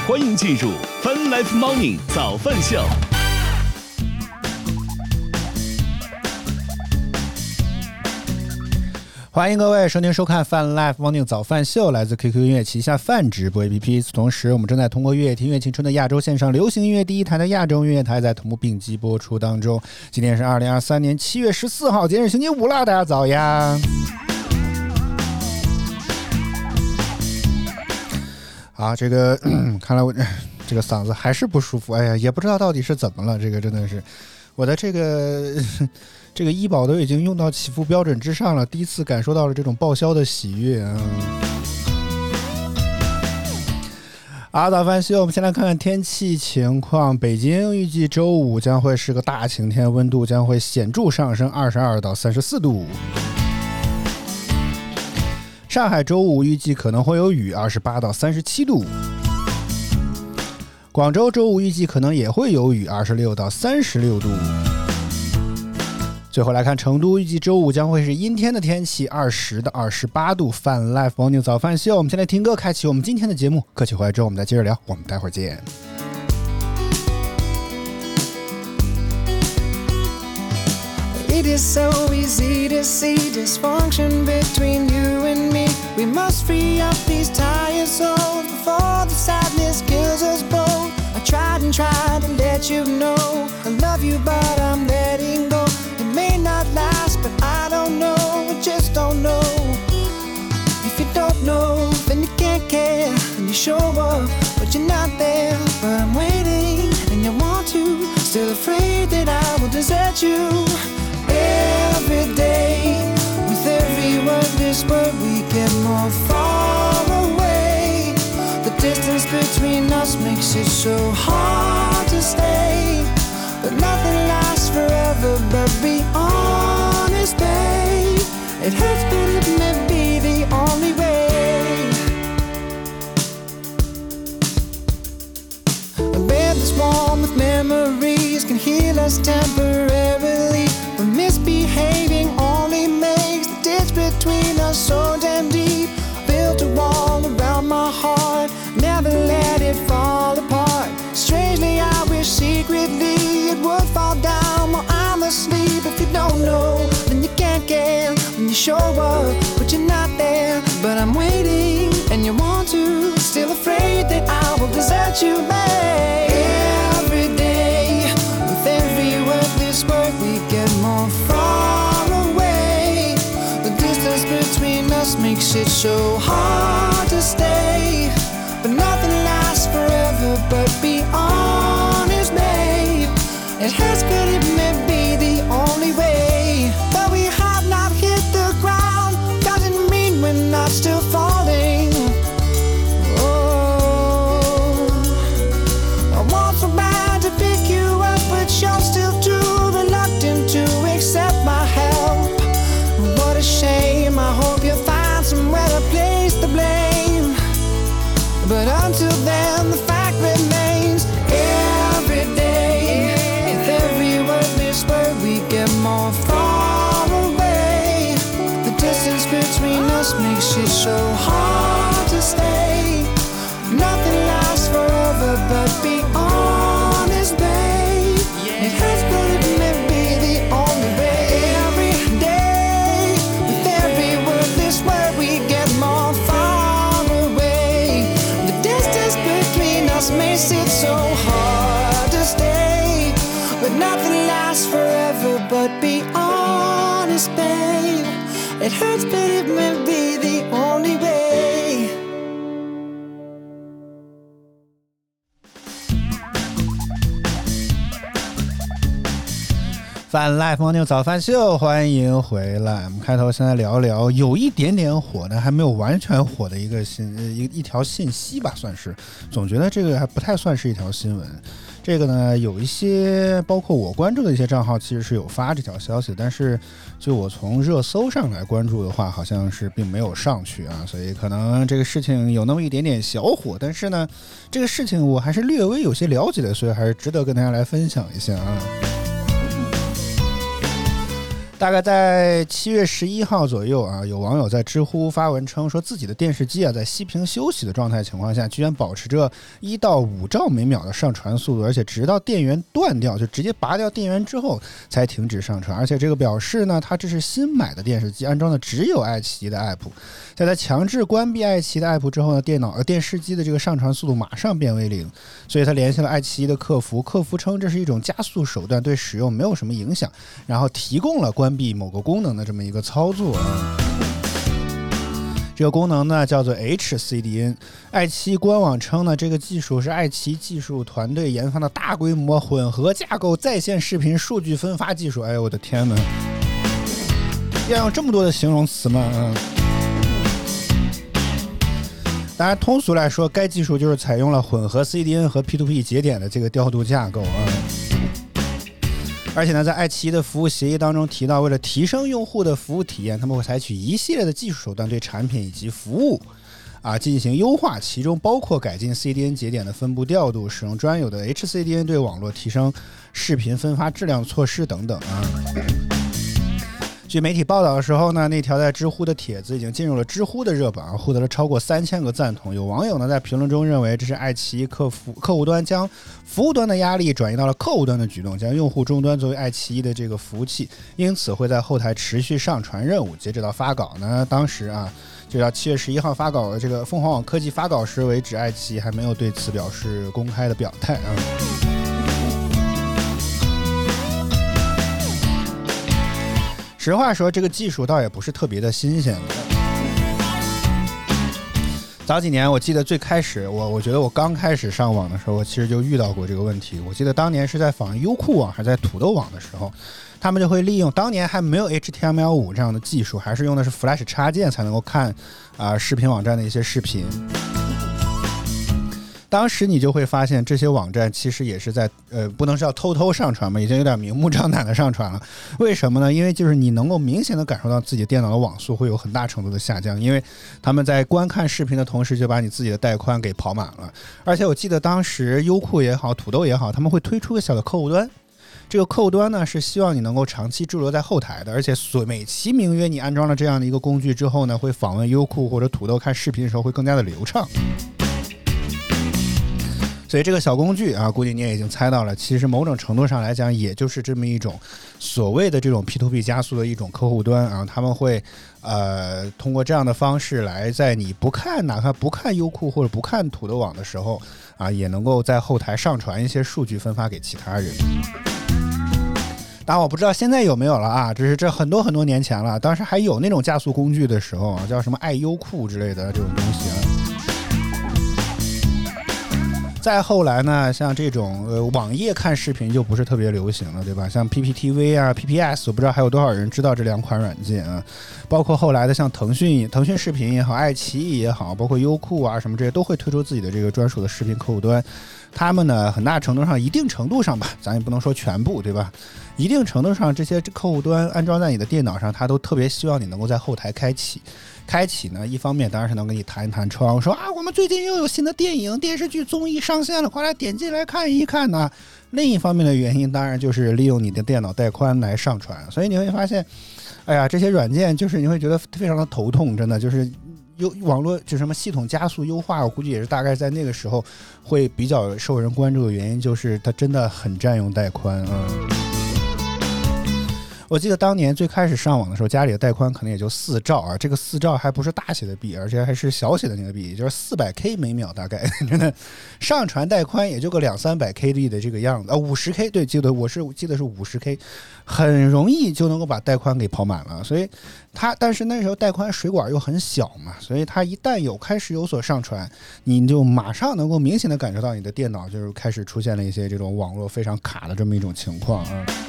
欢迎进入 Fun Life Morning 早饭秀。 欢迎各位收听收看 Fun Life Morning 早饭秀，来自 QQ 音乐旗下泛直播 APP。同时，我们正在通过乐听乐青春的亚洲线上流行音乐第一台的亚洲音乐台，在同步并机播出当中。今天是2023年7月14号，今日星期五了，大家早呀！啊，这个看来我这个嗓子还是不舒服，哎呀，也不知道到底是怎么了，这个真的是我的这个医保都已经用到起付标准之上了，第一次感受到了这种报销的喜悦啊！早饭秀，我们先来看看天气情况。北京预计周五将会是个大晴天，温度将会显著上升22到34度。上海周五预计可能会有雨，28到37度。广州周五预计可能也会有雨，26到36度。最后来看成都，预计周五将会是阴天的天气，20到28度。Fun Life Morning 早饭秀，我们先来听歌，开启我们今天的节目。歌曲回来之后，我们再接着聊，我们待会儿见。 It is so easy to see dysfunction between you and me. We must free up these tired souls before the sadness kills us both. I tried and tried to let you know I love you, but I'm letting go. It may not last, but I don't know, I just don't know. If you don't know, then you can't care, and you show up, but you're not there. But I'm waiting, and you want to, still afraid that I will desert you.Every day, with every wordless word, we get more far away. The distance between us makes it so hard to stay. But nothing lasts forever, but be honest, babe. It hurts, but it may be the only way. A bed that's warm with memories can heal us temporarily.But misbehaving only makes the ditch between us so damn deep. Built a wall around my heart, never let it fall apart. Strangely, I wish secretly it would fall down while I'm asleep. If you don't know, then you can't care when you show up, but you're not there. But I'm waiting, and you want to, still afraid that I will desert you, babe. Every day, with every wordless word, we get more far away. The distance between us makes it so hard to stay. But nothing lasts forever, but be honest, babe. It hurts, but it may be the only way. But we have not hit the ground, doesn't mean we're not still falling.Shame, I hope you find somewhere to place the blame. But until then, the fact remains. Every day, with every wordless word, we get more far away. The distance between us makes it so hard to stay. Nothing lasts forever, but be honest, babe. It hurts, but it may be the only way.Where we get more far away. The distance between us makes it so hard to stay. But nothing lasts forever, but be honest, babe. It hurts, but it may be the only way. Fun Life Morning 早饭秀，欢迎回来。我们开头现在聊聊有一点点火的，还没有完全火的一条信息吧，算是。总觉得这个还不太算是一条新闻。这个呢，有一些包括我关注的一些账号其实是有发这条消息，但是就我从热搜上来关注的话，好像是并没有上去啊，所以可能这个事情有那么一点点小火，但是呢，这个事情我还是略微有些了解的，所以还是值得跟大家来分享一下啊。 大概在7月11号左右啊，有网友在知乎发文称说，自己的电视机啊，在熄屏休息的状态情况下，居然保持着1到5兆每秒的上传速度，而且直到电源断掉，就直接拔掉电源之后才停止上传。而且这个表示呢，他这是新买的电视机，安装的只有爱奇艺的 app。在他强制关闭爱奇艺的 app 之后呢，电视机的这个上传速度马上变为0，所以他联系了爱奇艺的客服，客服称这是一种加速手段，对使用没有什么影响，然后提供了关闭某个功能的这么一个操作啊。这个功能呢叫做 HCDN， 爱奇艺官网称呢，这个技术是爱奇艺技术团队研发的大规模混合架构在线视频数据分发技术。哎呦我的天哪，要用这么多的形容词吗？当然通俗来说，该技术就是采用了混合 CDN 和 P2P 节点的这个调度架构啊。而且呢，在爱奇艺的服务协议当中提到，为了提升用户的服务体验，他们会采取一系列的技术手段对产品以及服务进行优化，其中包括改进 CDN 节点的分布调度，使用专有的 HCDN 对网络提升视频分发质量措施等等啊。据媒体报道的时候呢，那条在知乎的帖子已经进入了知乎的热榜，获得了超过3000个赞同。有网友呢在评论中认为，这是爱奇艺客户端将服务端的压力转移到了客户端的举动，将用户终端作为爱奇艺的这个服务器，因此会在后台持续上传任务。截止到发稿呢，当时就到7月11号发稿，这个凤凰网科技发稿时为止，爱奇艺还没有对此表示公开的表态啊。实话说，这个技术倒也不是特别的新鲜了。早几年我记得最开始我觉得我刚开始上网的时候，我其实就遇到过这个问题。我记得当年是在访优酷网还是在土豆网的时候，他们就会利用当年还没有 HTML5 这样的技术，还是用的是 Flash 插件才能够看视频网站的一些视频。当时你就会发现，这些网站其实也是在不能是要偷偷上传嘛，已经有点明目张胆的上传了。为什么呢？因为就是你能够明显的感受到自己电脑的网速会有很大程度的下降，因为他们在观看视频的同时就把你自己的带宽给跑满了。而且我记得当时优酷也好，土豆也好，他们会推出个小的客户端。这个客户端呢是希望你能够长期驻留在后台的，而且美其名曰你安装了这样的一个工具之后呢，会访问优酷或者土豆看视频的时候会更加的流畅。所以这个小工具估计你也已经猜到了，其实某种程度上来讲，也就是这么一种所谓的这种 P2P 加速的一种客户端他们会通过这样的方式来在你哪怕不看优酷或者不看土豆网的时候也能够在后台上传一些数据分发给其他人。当然我不知道现在有没有了这很多很多年前了，当时还有那种加速工具的时候叫什么爱优酷之类的这种东西再后来呢，像这种网页看视频就不是特别流行了，对吧？像 PPTV PPS， 我不知道还有多少人知道这2款软件包括后来的像腾讯视频也好，爱奇艺也好，包括优酷什么这些都会推出自己的这个专属的视频客户端。他们呢，很大程度上，一定程度上吧，咱也不能说全部，对吧？一定程度上，这些客户端安装在你的电脑上，它都特别希望你能够在后台开启。开启呢，一方面当然是能跟你弹一弹窗，说我们最近又有新的电影、电视剧、综艺上线了，快来点进来看一看呢。另一方面的原因，当然就是利用你的电脑带宽来上传。所以你会发现，这些软件就是你会觉得非常的头痛，真的就是网络就什么系统加速优化，我估计也是大概在那个时候会比较受人关注的原因，就是它真的很占用带宽我记得当年最开始上网的时候，家里的带宽可能也就4兆这个4兆还不是大写的 B， 而且还是小写的那个 B， 也就是400K 每秒，大概真的上传带宽也就个200-300KB 的这个样子50K 对，我记得是50K， 很容易就能够把带宽给跑满了。所以但是那时候带宽水管又很小嘛，所以它一旦开始有所上传，你就马上能够明显的感受到你的电脑就是开始出现了一些这种网络非常卡的这么一种情况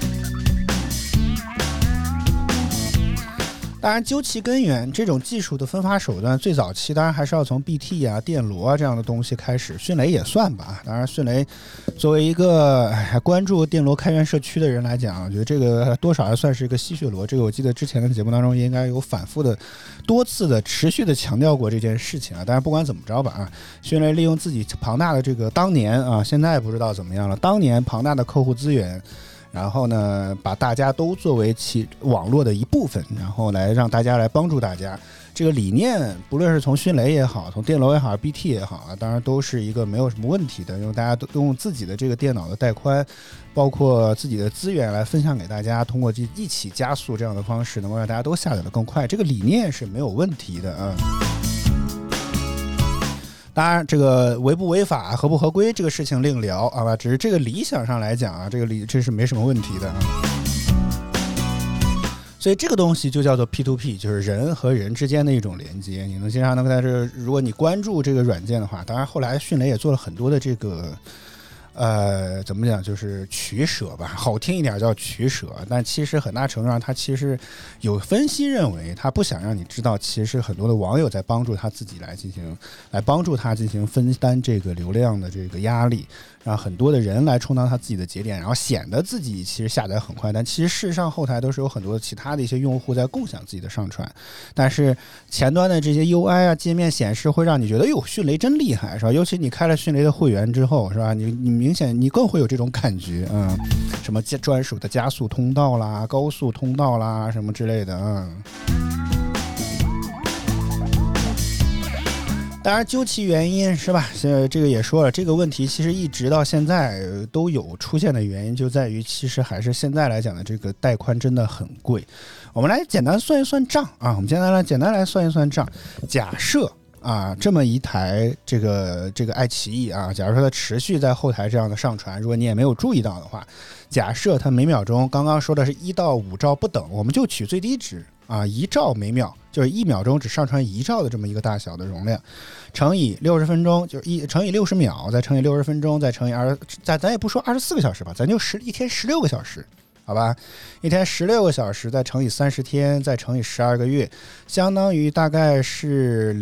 当然究其根源，这种技术的分发手段最早期当然还是要从 BT 电罗这样的东西开始，迅雷也算吧。当然迅雷作为一个关注电罗开源社区的人来讲，我觉得这个多少还算是一个吸血螺，这个我记得之前的节目当中应该有反复的多次的持续的强调过这件事情当然不管怎么着吧迅雷利用自己庞大的这个当年现在不知道怎么样了，当年庞大的客户资源， 然后呢，把大家都作为其网络的一部分，然后来让大家来帮助大家。这个理念，不论是从迅雷也好，从电楼也好 ，BT 也好啊，当然都是一个没有什么问题的，因为大家都用自己的这个电脑的带宽，包括自己的资源来分享给大家，通过一起加速这样的方式，能够让大家都下载的更快。这个理念是没有问题的啊。当然，这个违不违法、合不合规这个事情另聊啊，只是这个理想上来讲啊，这是没什么问题的啊。所以这个东西就叫做 P2P， 就是人和人之间的一种连接。你经常能在这，如果你关注这个软件的话，当然后来迅雷也做了很多的这个。怎么讲，就是取舍吧，好听一点叫取舍，但其实很大程度上他其实有分析认为他不想让你知道，其实很多的网友在帮助他自己来帮助他进行分担这个流量的这个压力，让很多的人来充当他自己的节点，然后显得自己其实下载很快，但其实事实上后台都是有很多其他的一些用户在共享自己的上传，但是前端的这些 UI 啊界面显示会让你觉得哟，迅雷真厉害，是吧？尤其你开了迅雷的会员之后，是吧？你明显你更会有这种感觉，什么专属的加速通道啦、高速通道啦什么之类的，当然究其原因，是吧？现在这个也说了，这个问题其实一直到现在都有出现的原因，就在于其实还是现在来讲的这个带宽真的很贵。我们来简单算一算账啊，我们简单来算一算账。假设啊，这么一台这个爱奇艺啊，假如说它持续在后台这样的上传，如果你也没有注意到的话，假设它每秒钟刚刚说的是1到5兆不等，我们就取最低值啊，1兆每秒，就是1秒钟只上传1兆的这么一个大小的容量，乘以60分钟，就是乘以60秒，再乘以60分钟，再乘以咱也不说24个小时吧，咱就一天16个小时。好吧，一天16个小时，再乘以30天，再乘以12个月，相当于大概是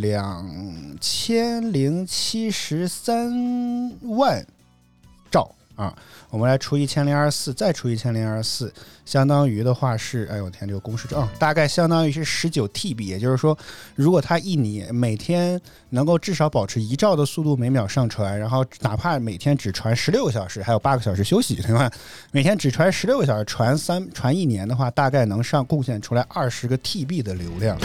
2073万兆啊。我们来除1024，再除1024，相当于的话是，哎呦我天，这个公式大概相当于是19 TB， 也就是说，如果它每天能够至少保持1兆的速度每秒上传，然后哪怕每天只传16个小时，还有8个小时休息，对吧？每天只传16个小时，传1年的话，大概能贡献出来20个 TB 的流量。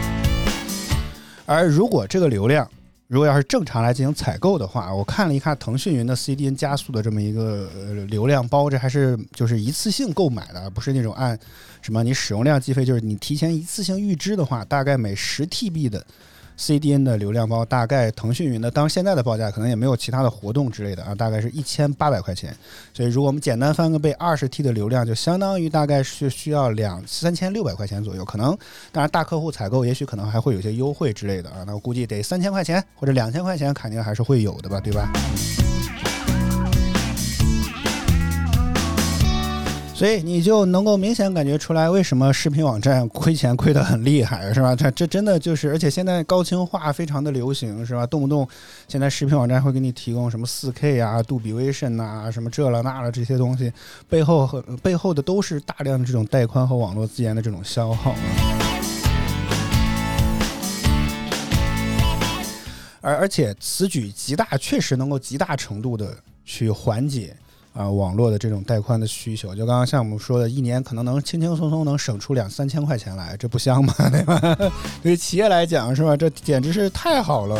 而如果这个流量如果要是正常来进行采购的话，我看了一看腾讯云的 CDN 加速的这么一个流量包，这还是就是一次性购买的，不是那种按什么你使用量计费，就是你提前一次性预支的话，大概每10 TB 的 CDN 的流量包，大概腾讯云的当现在的报价可能也没有其他的活动之类的啊，大概是1800块钱。所以如果我们简单翻个倍，20T 的流量就相当于大概是需要3600块钱左右，可能当然大客户采购也许可能还会有些优惠之类的啊，那我估计得3000块钱或者2000块钱肯定还是会有的吧，对吧？所以你就能够明显感觉出来，为什么视频网站亏钱亏得很厉害，是吧？这真的就是，而且现在高清化非常的流行，是吧？动不动现在视频网站会给你提供什么4K 啊、杜比 Vision 啊、什么这了那了这些东西，背后的都是大量的这种带宽和网络资源的这种消耗啊。而且此举确实能够极大程度的去缓解网络的这种带宽的需求，就刚刚像我们说的，一年可能能轻轻松松能省出2-3千块钱来，这不香吗？对吧？对于企业来讲，是吧？这简直是太好了。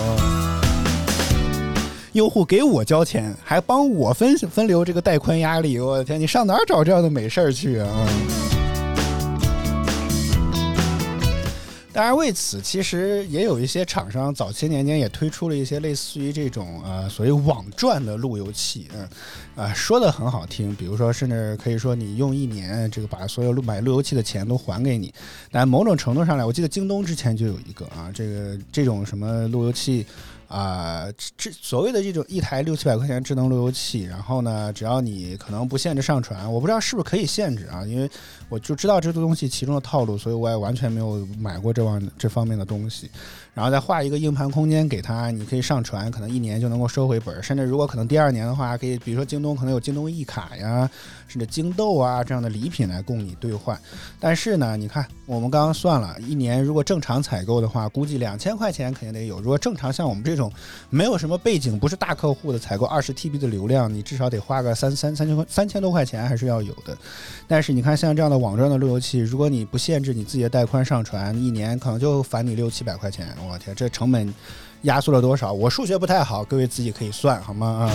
用户给我交钱，还帮我分流这个带宽压力，我的天，你上哪儿找这样的美事儿去啊？当然，为此其实也有一些厂商早些年间也推出了一些类似于这种所谓网赚的路由器，说的很好听，比如说甚至可以说你用1年，这个把所有买路由器的钱都还给你。但某种程度上来，我记得京东之前就有一个这种什么路由器。所谓的这种一台600-700块钱智能路由器，然后呢，只要你可能不限制上传，我不知道是不是可以限制啊，因为我就知道这个东西其中的套路，所以我也完全没有买过这方面的东西。然后再画一个硬盘空间给他，你可以上传，可能1年就能够收回本，甚至如果可能第2年的话，可以比如说京东可能有京东 E 卡呀，甚至京豆啊这样的礼品来供你兑换。但是呢，你看我们刚刚算了，1年如果正常采购的话，估计2000块钱肯定得有。如果正常像我们这种没有什么背景，不是大客户的，采购20TB 的流量，你至少得花个3000多块钱还是要有的。但是你看像这样的网赚的路由器，如果你不限制你自己的带宽上传，一年可能就返你600-700块钱，我天，这成本压缩了多少？我数学不太好，各位自己可以算好吗？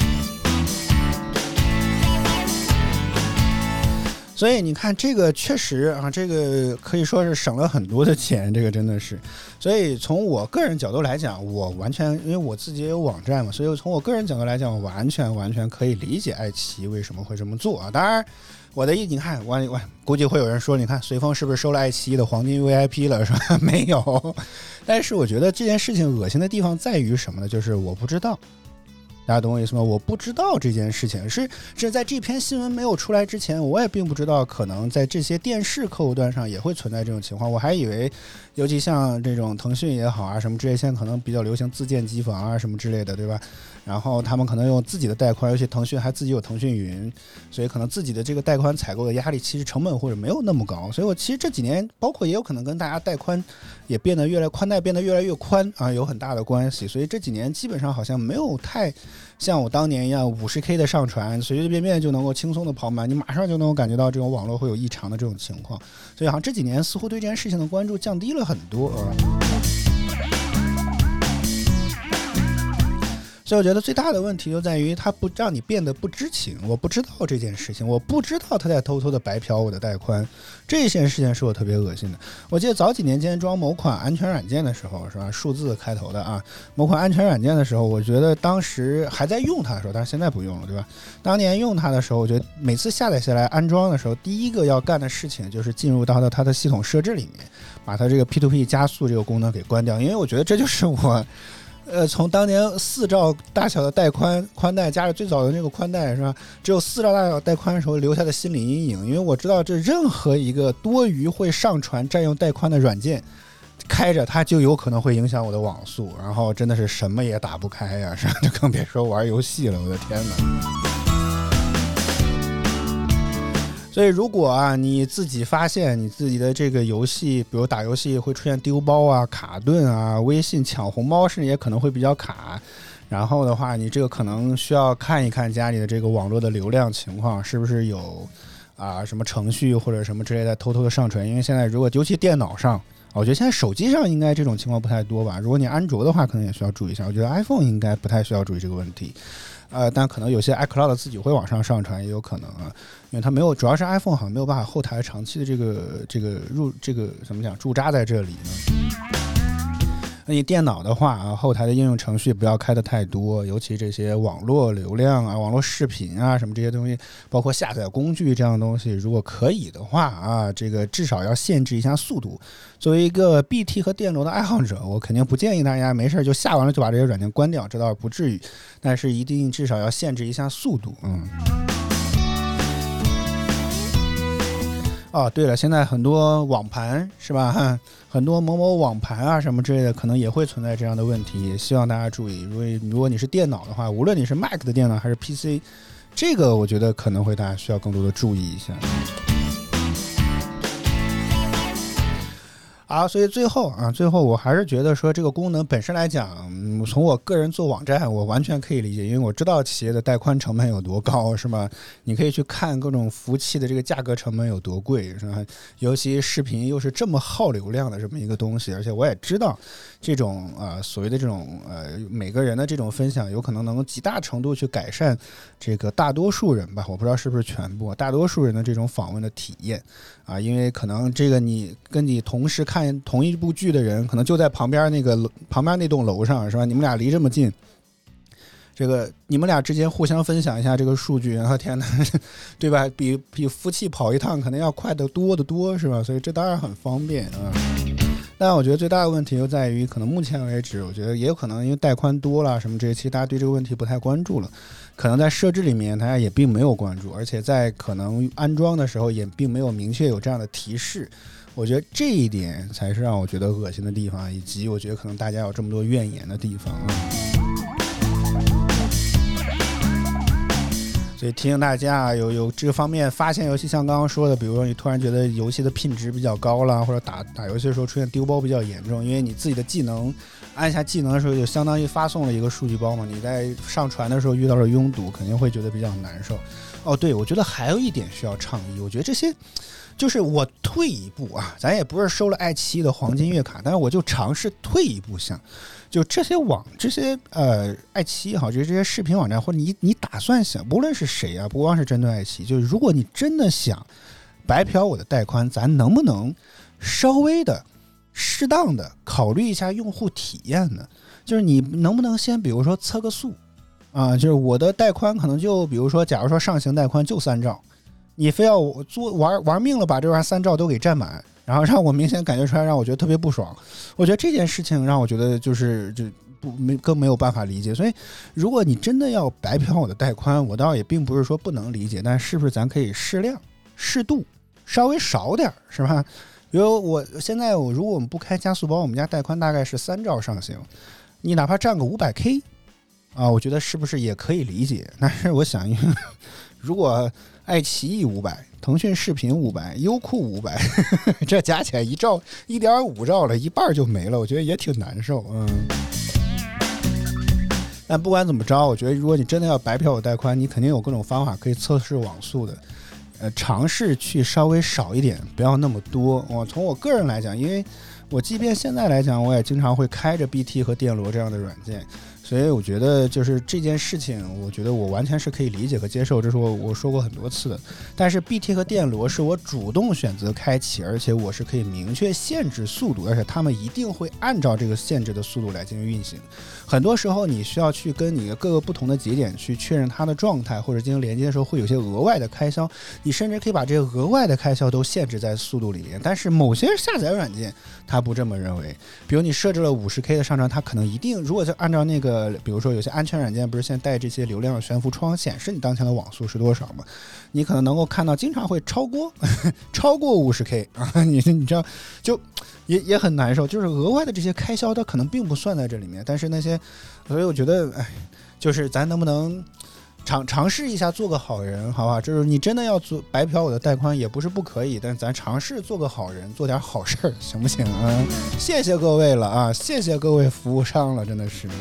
所以你看这个确实啊，这个可以说是省了很多的钱，这个真的是。所以从我个人角度来讲，我完全因为我自己也有网站嘛，所以从我个人角度来讲，我完全可以理解爱奇艺为什么会这么做啊。当然我的你看我估计会有人说，你看随风是不是收了爱奇艺的黄金 VIP 了，是吧？没有。但是我觉得这件事情恶心的地方在于什么呢？就是我不知道。大家懂我意思吗？我不知道这件事情是在这篇新闻没有出来之前，我也并不知道可能在这些电视客户端上也会存在这种情况。我还以为尤其像这种腾讯也好啊什么之类，现在可能比较流行自建机房啊什么之类的，对吧？然后他们可能用自己的带宽，尤其腾讯还自己有腾讯云，所以可能自己的这个带宽采购的压力其实成本或者没有那么高。所以我其实这几年包括也有可能跟大家带宽也变得宽带变得越来越宽啊有很大的关系。所以这几年基本上好像没有太像我当年一样 50K 的上传随随便便就能够轻松的跑满，你马上就能够感觉到这种网络会有异常的这种情况。所以好像这几年似乎对这件事情的关注降低了很多所以我觉得最大的问题就在于它不让你变得不知情，我不知道这件事情，我不知道他在偷偷的白嫖我的带宽，这件事情是我特别恶心的。我记得早几年间装某款安全软件的时候，是吧？数字开头的啊，某款安全软件的时候，我觉得当时还在用它的时候，但是现在不用了，对吧？当年用它的时候，我觉得每次下载下来安装的时候，第一个要干的事情就是进入到它的系统设置里面，把它这个 P2P 加速这个功能给关掉，因为我觉得这就是我。从当年4兆大小的带宽带加上最早的那个宽带是吧，只有4兆大小带宽的时候留下的心理阴影，因为我知道这任何一个多余会上传占用带宽的软件开着它就有可能会影响我的网速，然后真的是什么也打不开呀，是吧？就更别说玩游戏了，我的天哪！所以如果啊你自己发现你自己的这个游戏，比如打游戏会出现丢包啊、卡顿啊，微信抢红包甚至也可能会比较卡，然后的话你这个可能需要看一看家里的这个网络的流量情况是不是有什么程序或者什么之类的偷偷的上传，因为现在如果尤其电脑上，我觉得现在手机上应该这种情况不太多吧，如果你安卓的话可能也需要注意一下，我觉得 iPhone 应该不太需要注意这个问题。但可能有些 iCloud 自己会往上上传也有可能啊，因为它没有，主要是 iPhone 好像没有办法后台长期的这个怎么讲驻扎在这里呢。那你电脑的话啊，后台的应用程序不要开的太多，尤其这些网络流量啊、网络视频啊什么这些东西，包括下载工具这样的东西，如果可以的话啊，这个至少要限制一下速度。作为一个 BT 和电流的爱好者，我肯定不建议大家没事就下完了就把这些软件关掉，这倒是不至于，但是一定至少要限制一下速度。对了，现在很多网盘是吧？很多某某网盘啊什么之类的，可能也会存在这样的问题，也希望大家注意。如果你是电脑的话，无论你是 Mac 的电脑还是 PC， 这个我觉得可能会大家需要更多的注意一下。所以最后我还是觉得说这个功能本身来讲，从我个人做网站我完全可以理解，因为我知道企业的带宽成本有多高，是吧？你可以去看各种服务器的这个价格成本有多贵，是吧？尤其视频又是这么耗流量的这么一个东西，而且我也知道这种所谓的这种每个人的这种分享有可能能极大程度去改善这个大多数人吧，我不知道是不是全部，大多数人的这种访问的体验因为可能这个你跟你同时看同一部剧的人可能就在旁边那栋楼上，是吧？你们俩离这么近，这个你们俩之间互相分享一下这个数据，然后天哪，对吧？比夫妻跑一趟可能要快得多得多，是吧？所以这当然很方便但我觉得最大的问题就在于，可能目前为止，我觉得也有可能因为带宽多了什么这些，其实大家对这个问题不太关注了，可能在设置里面大家也并没有关注，而且在可能安装的时候也并没有明确有这样的提示。我觉得这一点才是让我觉得恶心的地方，以及我觉得可能大家有这么多怨言的地方所以提醒大家啊，有这个方面发现游戏，像刚刚说的，比如说你突然觉得游戏的品质比较高了，或者打游戏的时候出现丢包比较严重，因为你自己的技能按下技能的时候就相当于发送了一个数据包嘛，你在上传的时候遇到了拥堵，肯定会觉得比较难受。哦，对，我觉得还有一点需要倡议，我觉得这些就是我退一步啊，咱也不是收了爱奇艺的黄金月卡，但是我就尝试退一步想，就这些爱奇艺好，就是这些视频网站，或者你打算想，无论是谁啊，不光是针对爱奇艺，就是如果你真的想白嫖我的带宽，咱能不能稍微的适当的考虑一下用户体验呢？就是你能不能先比如说测个速啊，就是我的带宽可能就比如说假如说上行带宽就3兆，你非要我玩命了把这3兆都给占满，然后让我明显感觉出来，让我觉得特别不爽。我觉得这件事情让我觉得更没有办法理解。所以如果你真的要白嫖我的带宽，我倒也并不是说不能理解，但是不是咱可以适量适度稍微少点，是吧？比如我现在如果我们不开加速包，我们家带宽大概是3兆上行，你哪怕占个500K 啊，我觉得是不是也可以理解？但是我想如果爱奇艺500，腾讯视频500，优酷500，这加起来1兆1.5兆了，一半就没了，我觉得也挺难受。但不管怎么着，我觉得如果你真的要白嫖我带宽，你肯定有各种方法可以测试网速的。尝试去稍微少一点，不要那么多。从我个人来讲，因为我即便现在来讲，我也经常会开着 BT 和电罗这样的软件，所以我觉得就是这件事情，我觉得我完全是可以理解和接受，这是我说过很多次的。但是 BT 和电罗是我主动选择开启，而且我是可以明确限制速度，而且他们一定会按照这个限制的速度来进行运行。很多时候你需要去跟你各个不同的节点去确认它的状态，或者进行连接的时候会有些额外的开销，你甚至可以把这个额外的开销都限制在速度里面。但是某些下载软件它不这么认为，比如你设置了50K 的上传，它可能一定如果就按照那个，比如说有些安全软件不是现在带这些流量悬浮窗显示你当前的网速是多少吗？你可能能够看到经常会超过50K 啊，你知道就也很难受，就是额外的这些开销它可能并不算在这里面，但是那些，所以我觉得就是咱能不能尝试一下做个好人，好吧？就是你真的要做白嫖我的带宽也不是不可以，但是咱尝试做个好人，做点好事儿，行不行啊？谢谢各位了啊，谢谢各位服务商了，真的是。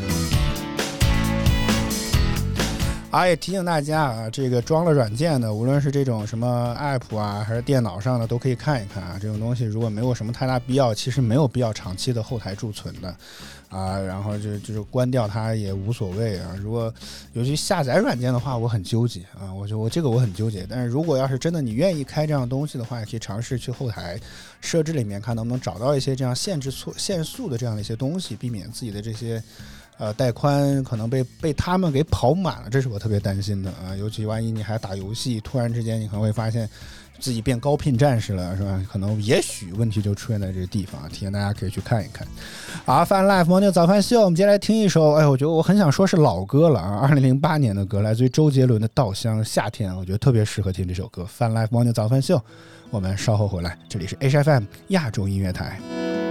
也提醒大家啊，这个装了软件的，无论是这种什么 app 啊，还是电脑上的，都可以看一看啊。这种东西如果没有什么太大必要，其实没有必要长期的后台贮存的啊。然后就是关掉它也无所谓啊。如果尤其下载软件的话，我很纠结啊。我这个我很纠结。但是如果要是真的你愿意开这样的东西的话，也可以尝试去后台设置里面看能不能找到一些这样限速的这样的一些东西，避免自己的这些。带宽可能被他们给跑满了，这是我特别担心的啊！尤其万一你还打游戏，突然之间你可能会发现自己变高聘战士了，是吧？可能也许问题就出现在这个地方，提醒大家可以去看一看。Fun Life Morning 早饭秀，我们接下来听一首，我觉得我很想说是老歌了啊，2008年的歌，来自于周杰伦的《稻香》，夏天我觉得特别适合听这首歌。Fun Life Morning 早饭秀，我们稍后回来，这里是 HFM 亚洲音乐台。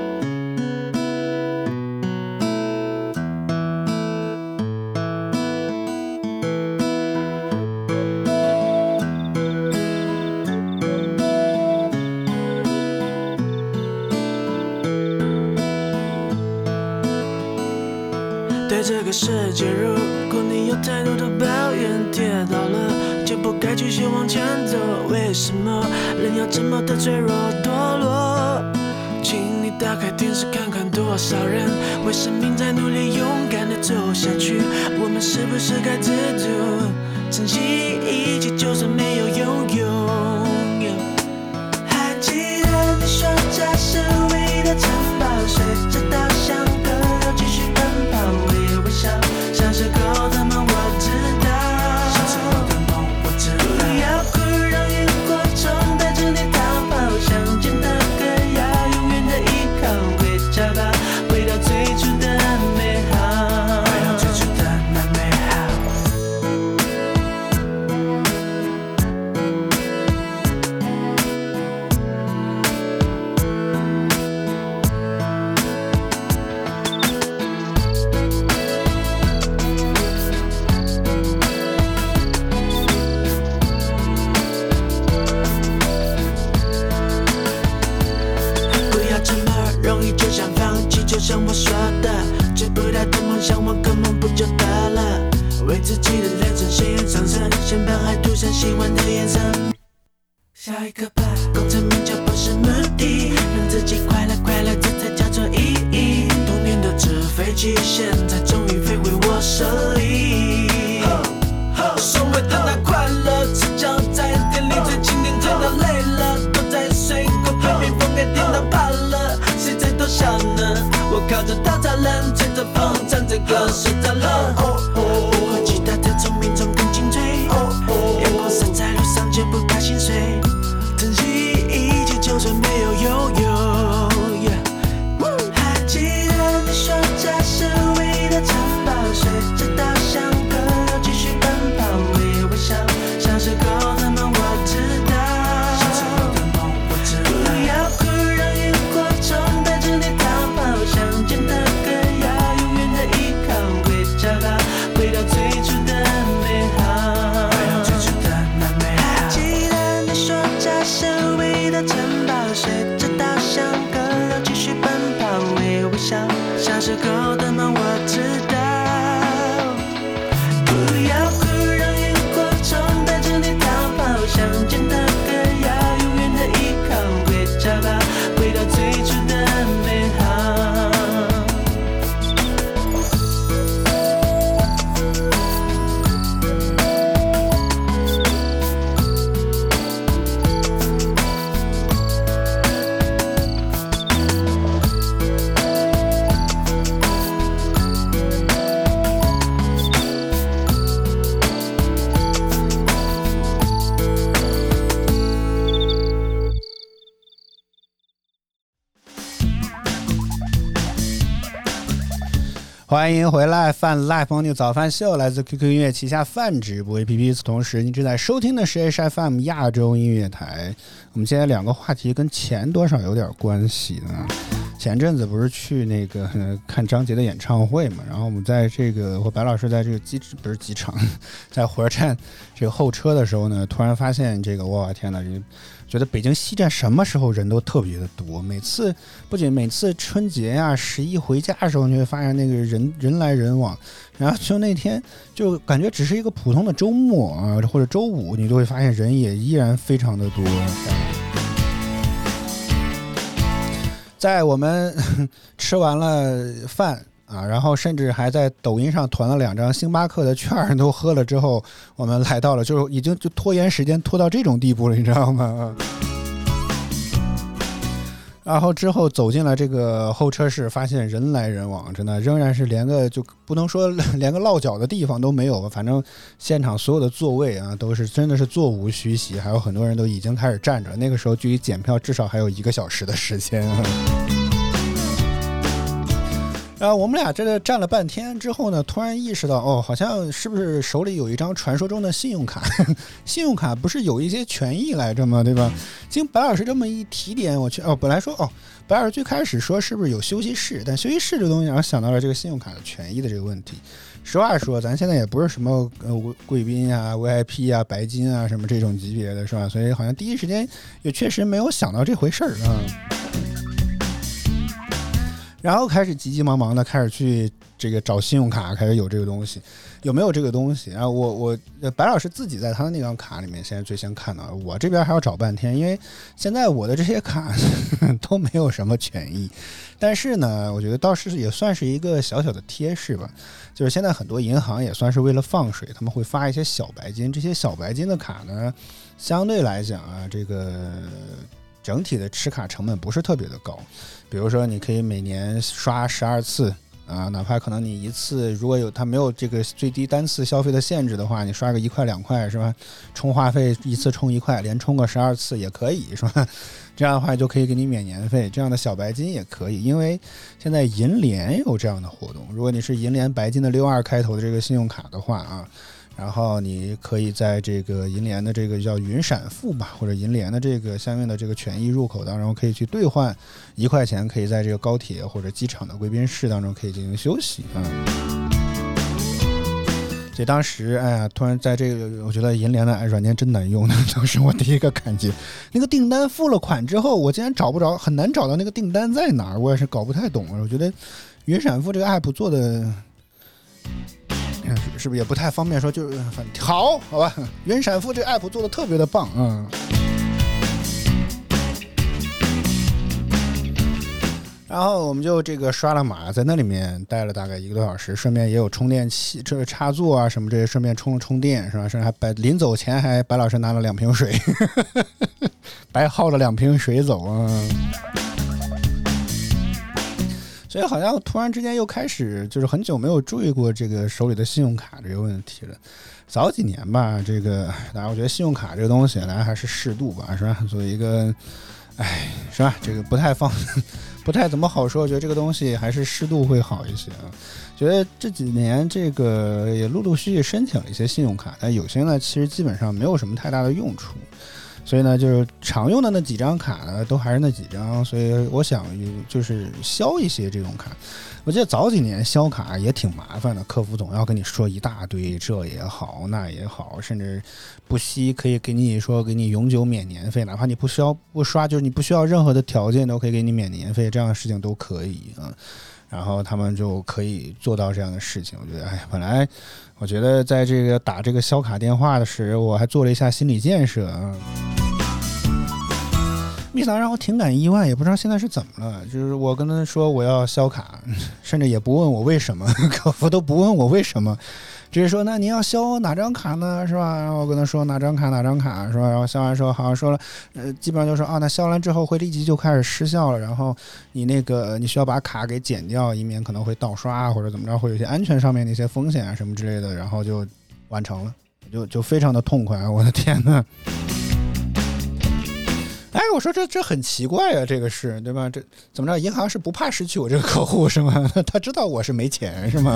对这个世界，如果你有太多的抱怨，跌倒了就不该继续往前走。为什么人要这么的脆弱堕落？请你打开电视看看，多少人为生命在努力勇敢的走下去。我们是不是该知足，珍惜一切，就算没有拥有。还记得你说这是唯一的城堡，随着稻香河流继续奔跑。小时候的梦我知道，小时候的梦我知道，不要哭，让萤火虫带着你逃跑，想见的歌要永远的依靠，回家吧，回到最初的美好，回到最初的那美好。 像我说的，追不到的梦想我根本不就得了？为自己的人生鲜艳上升，先把爱涂上喜欢的颜色。下一个吧，功成名就不是目的，让自己快乐快乐，这才叫做意义。童年的纸飞机，现在终于飞回我手里。所谓的那快乐，赤脚在店里最经典，最到累了，都在水果被蜜蜂给叮到怕了，谁在偷笑呢？我靠着稻草人，吹着风，唱着歌，睡着了。比会吉他的聪明中更精粹，阳光洒在路上就不怕心碎，珍惜一切，就算没有拥有。还记得你说这是唯一的城堡，随着稻香歌继续奔跑，微微笑，小时候的梦我知道，小时候的梦我知道。不要哭，让萤火虫带着你逃跑，想见的歌要永远的依靠，会找到回到最初的美好，回到最初的那美好。还记得你说这是唯一的城堡，随着稻香歌继续奔跑，微微笑，小时候的梦我知道。不要哭，让萤火虫带着你逃跑，想见的歌要永远的依靠，会找到回到最初的美好。 欢迎回来，泛 Live Morning 早饭秀来自 QQ 音乐旗下泛直播 APP。同时，您正在收听的是 HFM 亚洲音乐台。我们今天两个话题跟钱多少有点关系呢。前阵子不是去那个看张杰的演唱会嘛，然后我们在这个和白老师在这个不是机场，在火车站这个候车的时候呢，突然发现这个哇天哪，觉得北京西站什么时候人都特别的多，不仅每次春节啊11回家的时候，你会发现那个人来人往，然后就那天就感觉只是一个普通的周末啊或者周五，你都会发现人也依然非常的多。在我们吃完了饭啊，然后甚至还在抖音上团了2张星巴克的券都喝了之后，我们来到了就是已经就拖延时间拖到这种地步了，你知道吗？然后之后走进了这个候车室，发现人来人往，真的仍然是连个就不能说连个落脚的地方都没有，反正现场所有的座位啊都是真的是座无虚席，还有很多人都已经开始站着，那个时候距离检票至少还有1个小时的时间啊。然后我们俩这个站了半天之后呢，突然意识到，哦，好像是不是手里有一张传说中的信用卡？信用卡不是有一些权益来着吗？对吧？经白老师这么一提点，我去本来说白老师最开始说是不是有休息室，但休息室这个东西让我想到了这个信用卡的权益的这个问题。实话说，咱现在也不是什么贵宾啊、VIP 啊、白金啊什么这种级别的，是吧？所以好像第一时间也确实没有想到这回事儿啊。然后开始急急忙忙的开始去这个找信用卡，开始有这个东西，有没有这个东西？然后我白老师自己在他的那张卡里面现在最先看到，我这边还要找半天，因为现在我的这些卡都没有什么权益。但是呢，我觉得倒是也算是一个小小的贴士吧，就是现在很多银行也算是为了放水，他们会发一些小白金，这些小白金的卡呢，相对来讲啊，这个整体的持卡成本不是特别的高。比如说你可以每年刷12次啊，哪怕可能你一次如果它没有这个最低单次消费的限制的话，你刷个1块2块是吧？充话费一次充1块，连充个12次也可以是吧？这样的话就可以给你免年费，这样的小白金也可以，因为现在银联有这样的活动，如果你是银联白金的62开头的这个信用卡的话啊。然后你可以在这个银联的这个叫云闪付吧，或者银联的这个相应的这个权益入口当中，可以去兑换1块钱，可以在这个高铁或者机场的贵宾室当中可以进行休息啊。 所以当时哎呀，突然在这个我觉得银联的软件真难用，当时我第一个感觉，那个订单付了款之后，我竟然找不着，很难找到那个订单在哪儿，我也是搞不太懂。我觉得云闪付这个 app 做的是不是也不太方便说，就是好吧，云闪付这个 app 做的特别的棒啊。然后我们就这个刷了码，在那里面待了大概1个多小时，顺便也有充电器、这个插座啊什么这些，顺便充了充电，是吧？甚至还临走前还白老师拿了2瓶水，白耗了2瓶水走啊。所以好像突然之间又开始，就是很久没有注意过这个手里的信用卡这个问题了。早几年吧，这个当然我觉得信用卡这个东西，当然还是适度吧，是吧？作为一个，是吧？这个不太怎么好说，我觉得这个东西还是适度会好一些啊。觉得这几年这个也陆陆续续申请了一些信用卡，但有些呢其实基本上没有什么太大的用处，所以呢就是常用的那几张卡呢都还是那几张，所以我想就是消一些这种卡。我记得早几年消卡也挺麻烦的，客服总要跟你说一大堆，这也好那也好，甚至不惜可以给你说给你永久免年费，哪怕你不刷，就是你不需要任何的条件都可以给你免年费，这样的事情都可以啊。然后他们就可以做到这样的事情。我觉得本来我觉得在这个打这个消卡电话的时候，我还做了一下心理建设啊。蜜嫂让我挺感意外，也不知道现在是怎么了。就是我跟他说我要消卡，甚至也不问我为什么，客服都不问我为什么，只是说那你要消哪张卡呢，是吧？然后我跟他说哪张卡，是吧？然后消完说好像说了，基本上就说那消完之后会立即就开始失效了，然后你你需要把卡给剪掉，以免可能会盗刷或者怎么着，会有一些安全上面的一些风险啊什么之类的，然后就完成了，就非常的痛快，我的天哪！我说这很奇怪啊，这个是对吧？这怎么着？银行是不怕失去我这个客户是吗？他知道我是没钱是吗？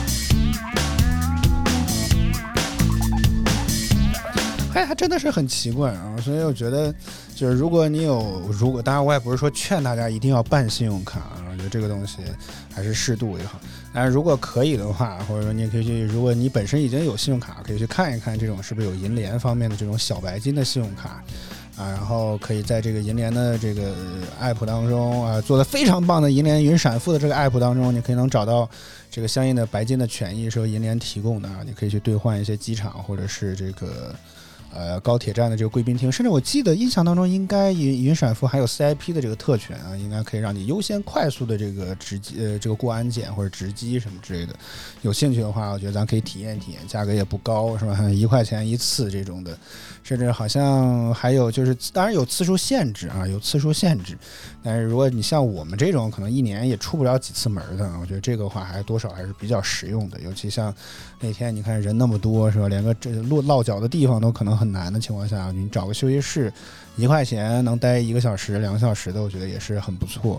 还真的是很奇怪啊！所以我觉得，就是如果当然我也不是说劝大家一定要办信用卡啊，我觉得这个东西还是适度为好。但是如果可以的话，或者说你也可以去，如果你本身已经有信用卡，可以去看一看这种是不是有银联方面的这种小白金的信用卡。然后可以在这个银联的这个 app 当中做的非常棒的银联云闪付的这个 app 当中，你可以能找到这个相应的白金的权益是由银联提供的，你可以去兑换一些机场或者是这个高铁站的这个贵宾厅，甚至我记得印象当中应该云闪付还有 CIP 的这个特权啊，应该可以让你优先快速的这个这个过安检或者值机什么之类的。有兴趣的话，我觉得咱可以体验体验，价格也不高，是吧？1块钱一次这种的，甚至好像还有就是，当然有次数限制啊，有次数限制。但是如果你像我们这种可能一年也出不了几次门的，我觉得这个话还多少还是比较实用的。尤其像那天你看人那么多，是吧？连个落脚的地方都可能很难的情况下，你找个休息室1块钱能待1个小时、2个小时的，我觉得也是很不错。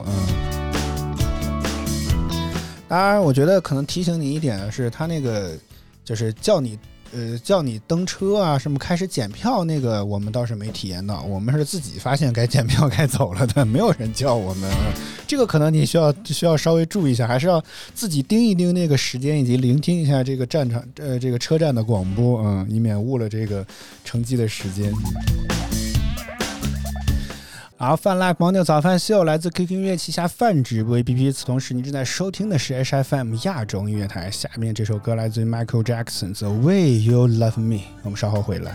当然，我觉得可能提醒你一点的是，他那个就是叫你登车啊，什么开始检票那个，我们倒是没体验到，我们是自己发现该检票该走了的，没有人叫我们。这个可能你需要稍微注意一下，还是要自己盯一盯那个时间，以及聆听一下这个这个车站的广播，以免误了这个乘机的时间。好，泛 like 盲牛早饭秀来自 QQ 音乐旗下泛直播 APP， 同时你正在收听的是 HFM 亚洲音乐台。下面这首歌来自于 Michael Jackson The Way You Love Me， 我们稍后回来。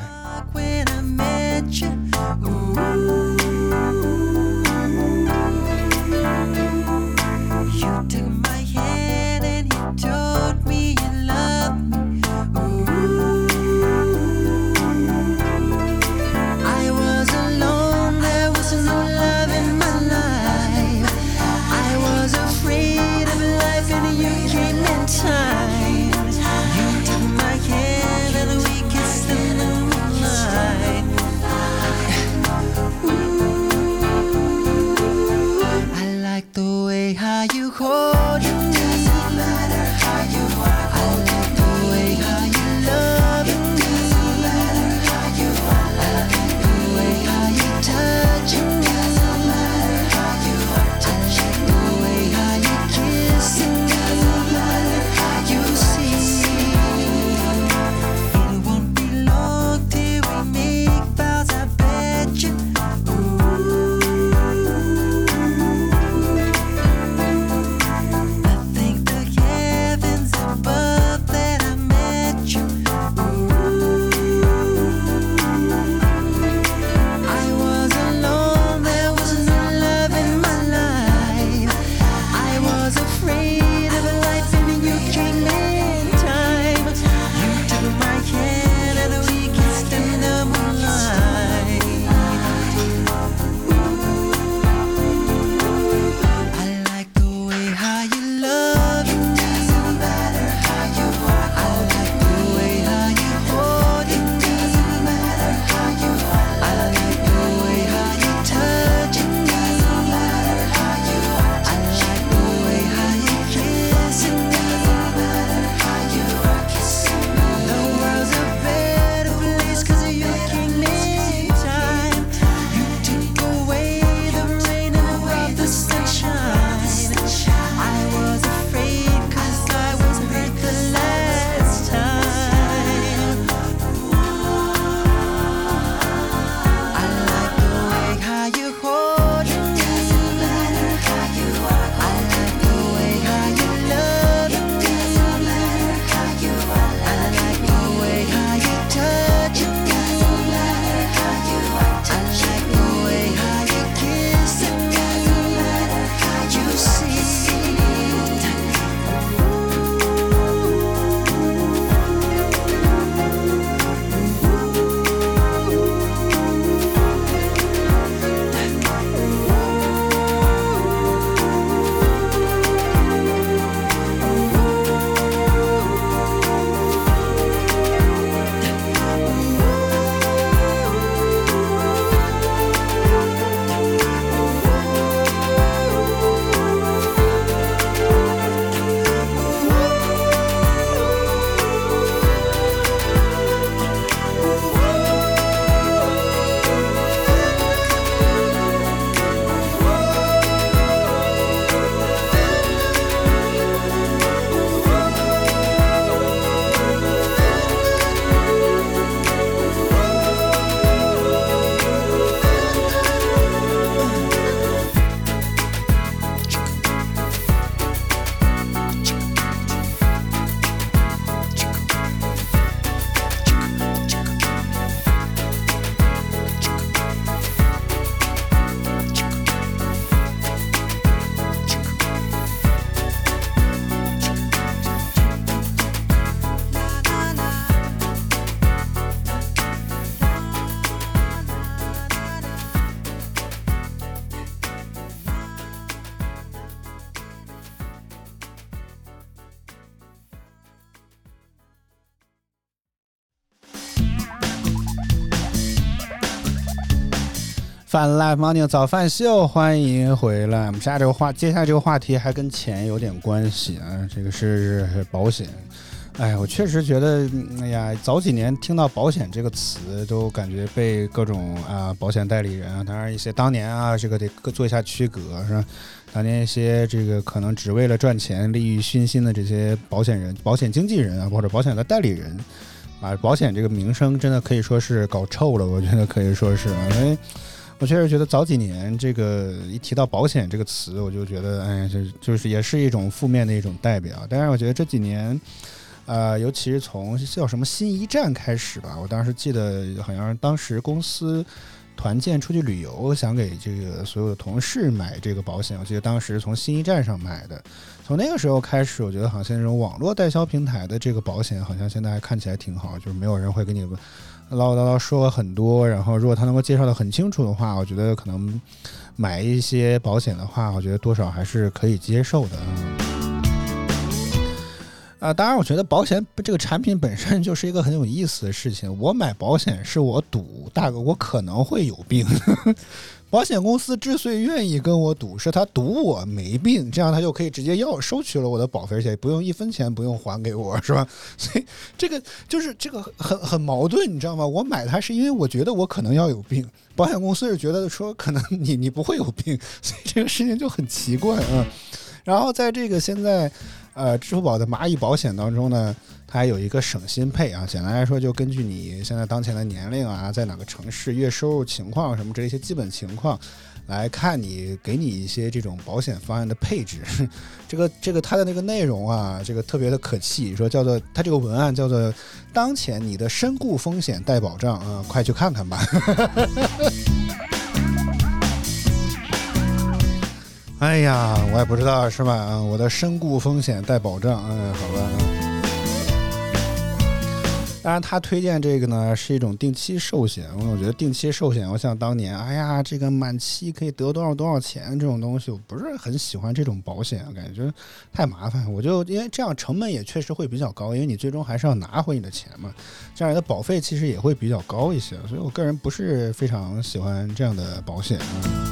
Fun Life Morning 早饭秀，欢迎回来。我们接下来这个话题还跟钱有点关系啊，这个是保险。哎，我确实觉得，哎呀，早几年听到保险这个词，都感觉被各种保险代理人啊，当然一些当年这个得做一下区隔，是吧？当年一些这个可能只为了赚钱、利益熏心的这些保险人、保险经纪人啊，或者保险的代理人，把保险这个名声真的可以说是搞臭了，我觉得可以说是啊，因为我确实觉得早几年这个一提到保险这个词，我就觉得哎，就是也是一种负面的一种代表。但是我觉得这几年，尤其是从叫什么新一站开始吧，我当时记得好像当时公司团建出去旅游，想给这个所有的同事买这个保险，我记得当时从新一站上买的。从那个时候开始，我觉得好像这种网络代销平台的这个保险，好像现在还看起来挺好，就是没有人会给你唠叨说很多，然后如果他能够介绍的很清楚的话，我觉得可能买一些保险的话，我觉得多少还是可以接受的。当然我觉得保险这个产品本身就是一个很有意思的事情。我买保险是我赌大哥我可能会有病保险公司之所以愿意跟我赌，是他赌我没病，这样他就可以直接收取了我的保费，而且不用1分钱不用还给我，是吧？所以这个就是这个很矛盾，你知道吗？我买它是因为我觉得我可能要有病，保险公司是觉得说可能你不会有病，所以这个事情就很奇怪啊。然后在这个现在支付宝的蚂蚁保险当中呢，它还有一个省心配啊，简单来说就根据你现在当前的年龄啊，在哪个城市、月收入情况什么这些基本情况来看，给你一些这种保险方案的配置。这个它的那个内容啊，这个特别的可气，说叫做它这个文案叫做当前你的身故风险待保障啊，快去看看吧。哎呀，我也不知道是吧？我的身故风险待保障，好吧。当然，他推荐这个呢是一种定期寿险。我觉得定期寿险，我想当年，哎呀，这个满期可以得多少钱这种东西，我不是很喜欢这种保险，感觉太麻烦。我就因为这样成本也确实会比较高，因为你最终还是要拿回你的钱嘛，这样你的保费其实也会比较高一些，所以我个人不是非常喜欢这样的保险。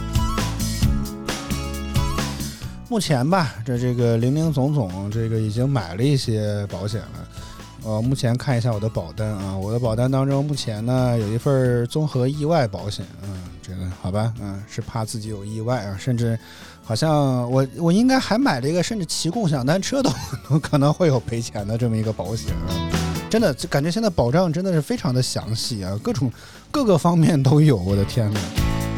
目前吧，这个林林总总，这个已经买了一些保险了。目前看一下我的保单啊，我的保单当中目前呢有一份综合意外保险，这个好吧，是怕自己有意外啊，甚至好像我应该还买了一个，甚至骑共享单车都可能会有赔钱的这么一个保险啊。真的感觉现在保障真的是非常的详细啊，各个方面都有，我的天哪！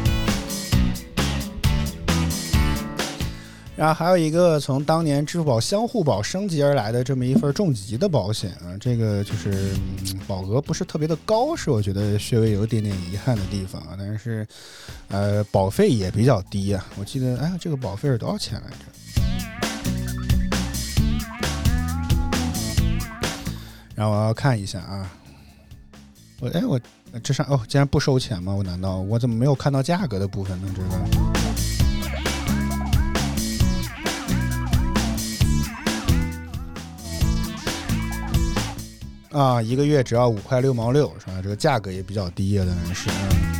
然后还有一个从当年支付宝相互保升级而来的这么一份重疾的保险啊，这个就是保额不是特别的高，是我觉得稍微有一点遗憾的地方啊。但是保费也比较低啊，我记得这个保费是多少钱来着？然后我要看一下啊，我这上竟然不收钱吗？难道我怎么没有看到价格的部分呢？这个。1个月只要5块6毛6，是吧？这个价格也比较低啊，当然是。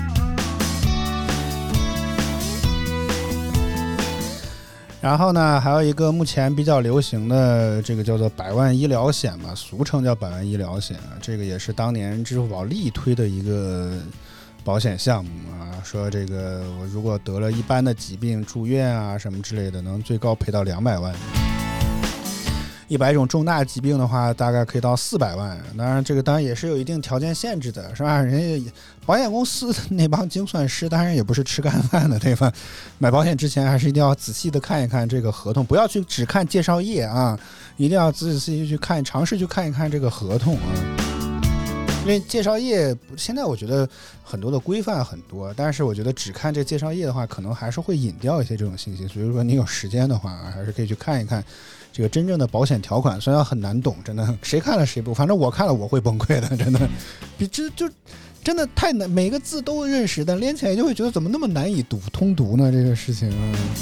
然后呢，还有一个目前比较流行的这个叫做百万医疗险吧，俗称叫百万医疗险啊，这个也是当年支付宝力推的一个保险项目啊，说这个我如果得了一般的疾病住院啊什么之类的，能最高赔到200万。100种重大疾病的话，大概可以到400万。当然，这个当然也是有一定条件限制的，是吧？人家保险公司那帮精算师，当然也不是吃干饭的，对吧？买保险之前还是一定要仔细的看一看这个合同，不要去只看介绍页啊，一定要仔细去看，尝试去看一看这个合同啊。因为介绍页现在我觉得很多的规范很多，但是我觉得只看这介绍页的话，可能还是会引掉一些这种信息。所以说你有时间的话，还是可以去看一看这个真正的保险条款，虽然很难懂，真的谁看了谁不，反正我看了我会崩溃的，真的，就真的太难，每个字都认识，但连起来就会觉得怎么那么难以通读呢？这个事情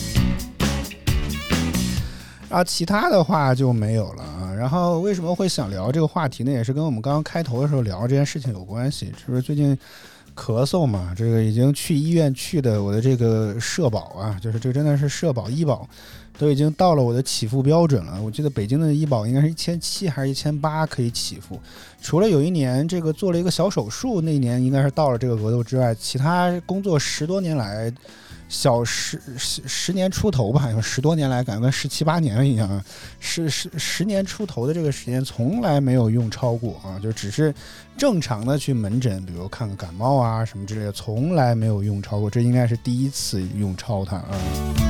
啊，其他的话就没有了啊。然后为什么会想聊这个话题呢？也是跟我们刚刚开头的时候聊这件事情有关系，就是最近咳嗽嘛，这个已经去医院去的我的这个社保啊，就是这真的是社保医保都已经到了我的起付标准了。我记得北京的医保应该是1700还是1800可以起付，除了有一年这个做了一个小手术，那一年应该是到了这个额度之外，其他工作10多年来。小10年出头吧，10多年来感觉跟17、18年一样，10年出头的这个时间从来没有用超过啊，就只是正常的去门诊，比如看个感冒啊什么之类的，从来没有用超过，这应该是第一次用超它啊。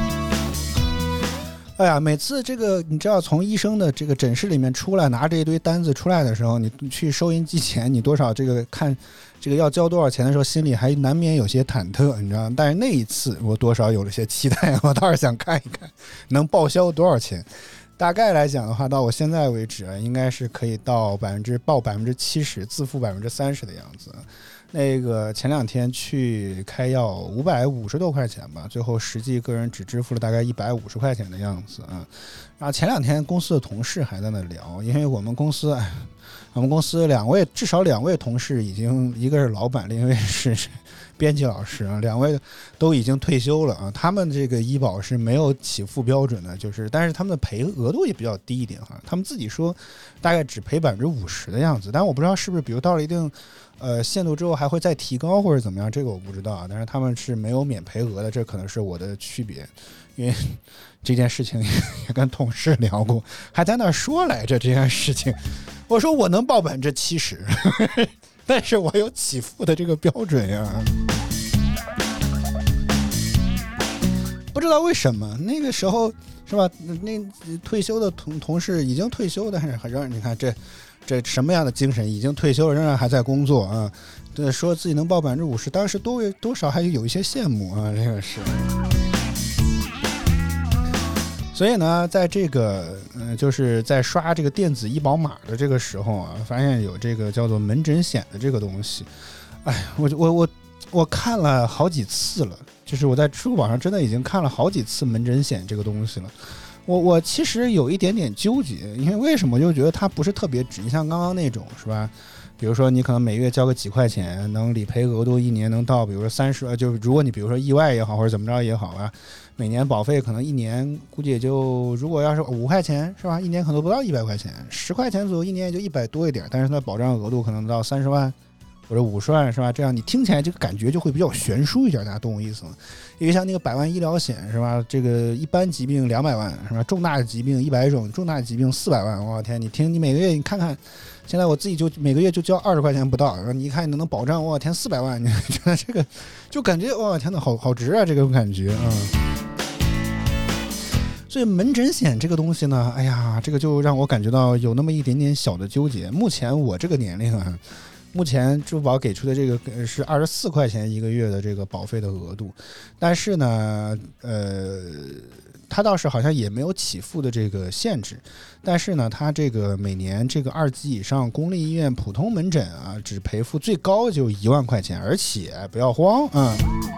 哎呀，每次这个你知道从医生的这个诊室里面出来，拿着一堆单子出来的时候，你去收银机前，你多少这个看这个要交多少钱的时候，心里还难免有些忐忑，你知道吗？但是那一次我多少有了些期待，我倒是想看一看能报销多少钱。大概来讲的话，到我现在为止应该是可以到报70%，自付30%的样子。那个前2天去开药550多块钱吧，最后实际个人只支付了大概150块钱的样子啊。然后前2天公司的同事还在那聊，因为我们公司至少两位同事已经，一个是老板，另一位是编辑老师啊，2位都已经退休了啊。他们这个医保是没有起付标准的，但是他们的赔额度也比较低一点哈。他们自己说大概只赔50%的样子，但我不知道是不是比如到了一定限度之后还会再提高或者怎么样，这个我不知道啊。但是他们是没有免赔额的，这可能是我的区别，因为这件事情也跟同事聊过，还在那说来着这件事情。我说我能报70%，但是我有起付的这个标准呀。不知道为什么那个时候是吧？那退休的同事已经退休的，还让你看这什么样的精神？已经退休了，仍然还在工作啊！对，说自己能报50%，当时多少还有一些羡慕啊，这个是。所以呢，在这个就是在刷这个电子医保码的这个时候啊，发现有这个叫做门诊险的这个东西。哎，我看了好几次了，就是我在支付宝上真的已经看了好几次门诊险这个东西了。我其实有一点点纠结，因为为什么就觉得它不是特别值？你像刚刚那种是吧？比如说你可能每月交个几块钱，能理赔额度一年能到，比如说30，就如果你比如说意外也好或者怎么着也好啊，每年保费可能一年估计也就，如果要是5块钱是吧，一年可能不到100块钱，10块钱左右，一年也就100多一点，但是它保障额度可能到30万或者50万是吧？这样你听起来这个感觉就会比较悬殊一点，大家懂我意思吗？因为像那个100万医疗险是吧？这个一般疾病200万是吧？重大的疾病100种，重大的疾病400万，我天！你每个月你看看，现在我自己就每个月就交20块钱不到，然后你一看你能保障，我天，400万，你觉得这个就感觉我天哪，好值啊，这个感觉啊。所以门诊险这个东西呢，哎呀，这个就让我感觉到有那么一点点小的纠结。目前我这个年龄啊。目前支付宝给出的这个是24块钱一个月的这个保费的额度，但是呢，它倒是好像也没有起付的这个限制，但是呢，它这个每年这个2级以上公立医院普通门诊啊，只赔付最高就1万块钱，而且不要慌啊。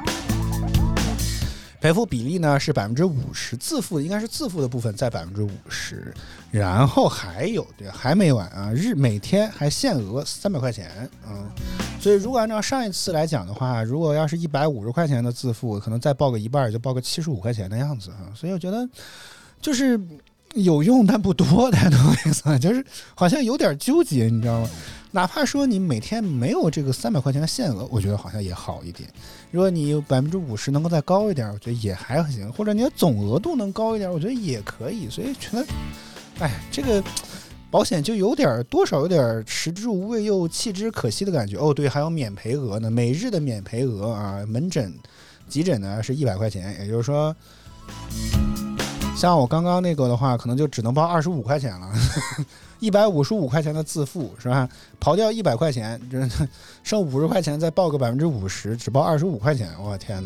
赔付比例呢是50%，自付应该是自付的部分在50%，然后还有还没完啊，每天还限额300块钱，所以如果按照上一次来讲的话，如果要是150块钱的自付，可能再报个一半就报个75块钱的样子啊，所以我觉得就是有用但不多的意思，就是好像有点纠结，你知道吗？哪怕说你每天没有这个300块钱的限额，我觉得好像也好一点。如果你有50%能够再高一点，我觉得也还行，或者你的总额度能高一点，我觉得也可以。所以觉得，哎，这个保险就多少有点食之无味又弃之可惜的感觉。哦，对，还有免赔额呢，每日的免赔额啊，门诊、急诊呢是100块钱，也就是说。像我刚刚那个的话，可能就只能报25块钱了，155块钱的自付是吧？刨掉100块钱，剩50块钱，再报个50%，只报25块钱，我天哪！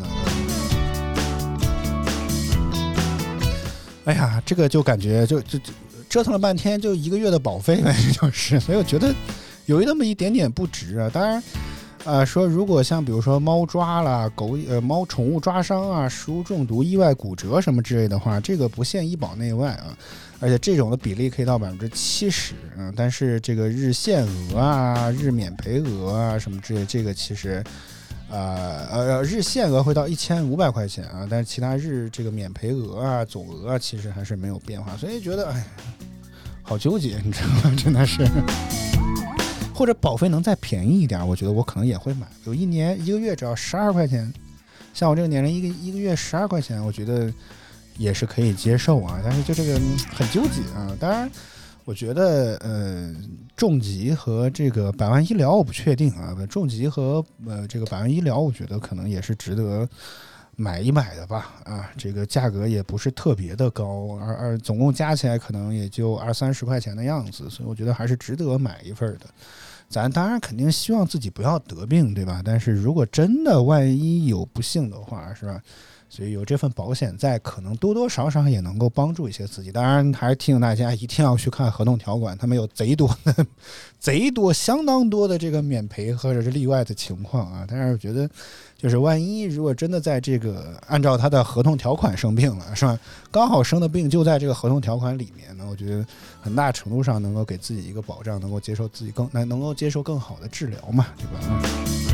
哎呀，这个就感觉就折腾了半天，就1个月的保费呗，就是，所以我觉得有那么一点点不值啊。当然。说如果像比如说猫抓啦、猫宠物抓伤啊、食物中毒、意外骨折什么之类的话，这个不限医保内外啊，而且这种的比例可以到70%，但是这个日限额啊、日免赔额啊什么之类，这个其实日限额会到1500块钱啊，但是其他日这个免赔额啊、总额啊，其实还是没有变化，所以觉得哎，好纠结，你知道吗？真的是。或者保费能再便宜一点，我觉得我可能也会买。有1个月只要12块钱，像我这个年龄一个月12块钱，我觉得也是可以接受啊。但是就这个很纠结啊。当然，我觉得重疾和这个百万医疗我不确定啊。重疾和这个百万医疗，我觉得可能也是值得买一买的吧。啊，这个价格也不是特别的高，总共加起来可能也就20-30块钱的样子，所以我觉得还是值得买一份的。咱当然肯定希望自己不要得病，对吧？但是如果真的万一有不幸的话，是吧？所以有这份保险在，可能多多少少也能够帮助一些自己。当然还是提醒大家一定要去看合同条款，他们有贼多相当多的这个免赔或者是例外的情况啊。但是我觉得就是万一如果真的在这个按照他的合同条款生病了，是吧？刚好生的病就在这个合同条款里面呢，我觉得很大程度上能够给自己一个保障，能够接受更好的治疗嘛，对吧？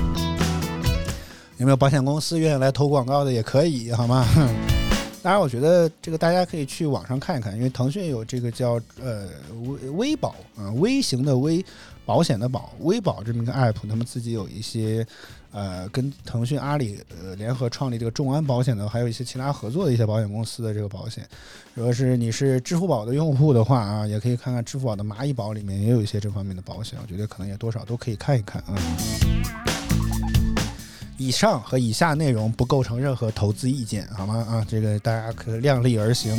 有没有保险公司愿意来投广告的也可以，好吗？当然我觉得这个大家可以去网上看一看，因为腾讯有这个叫微保啊，微型的微，保险的保，微保这么一个 app， 他们自己有一些跟腾讯阿里联合创立这个众安保险的，还有一些其他合作的一些保险公司的这个保险。如果是你是支付宝的用户的话啊，也可以看看支付宝的蚂蚁保里面也有一些这方面的保险，我觉得可能也多少都可以看一看啊。以上和以下内容不构成任何投资意见，好吗？啊，这个大家可量力而行。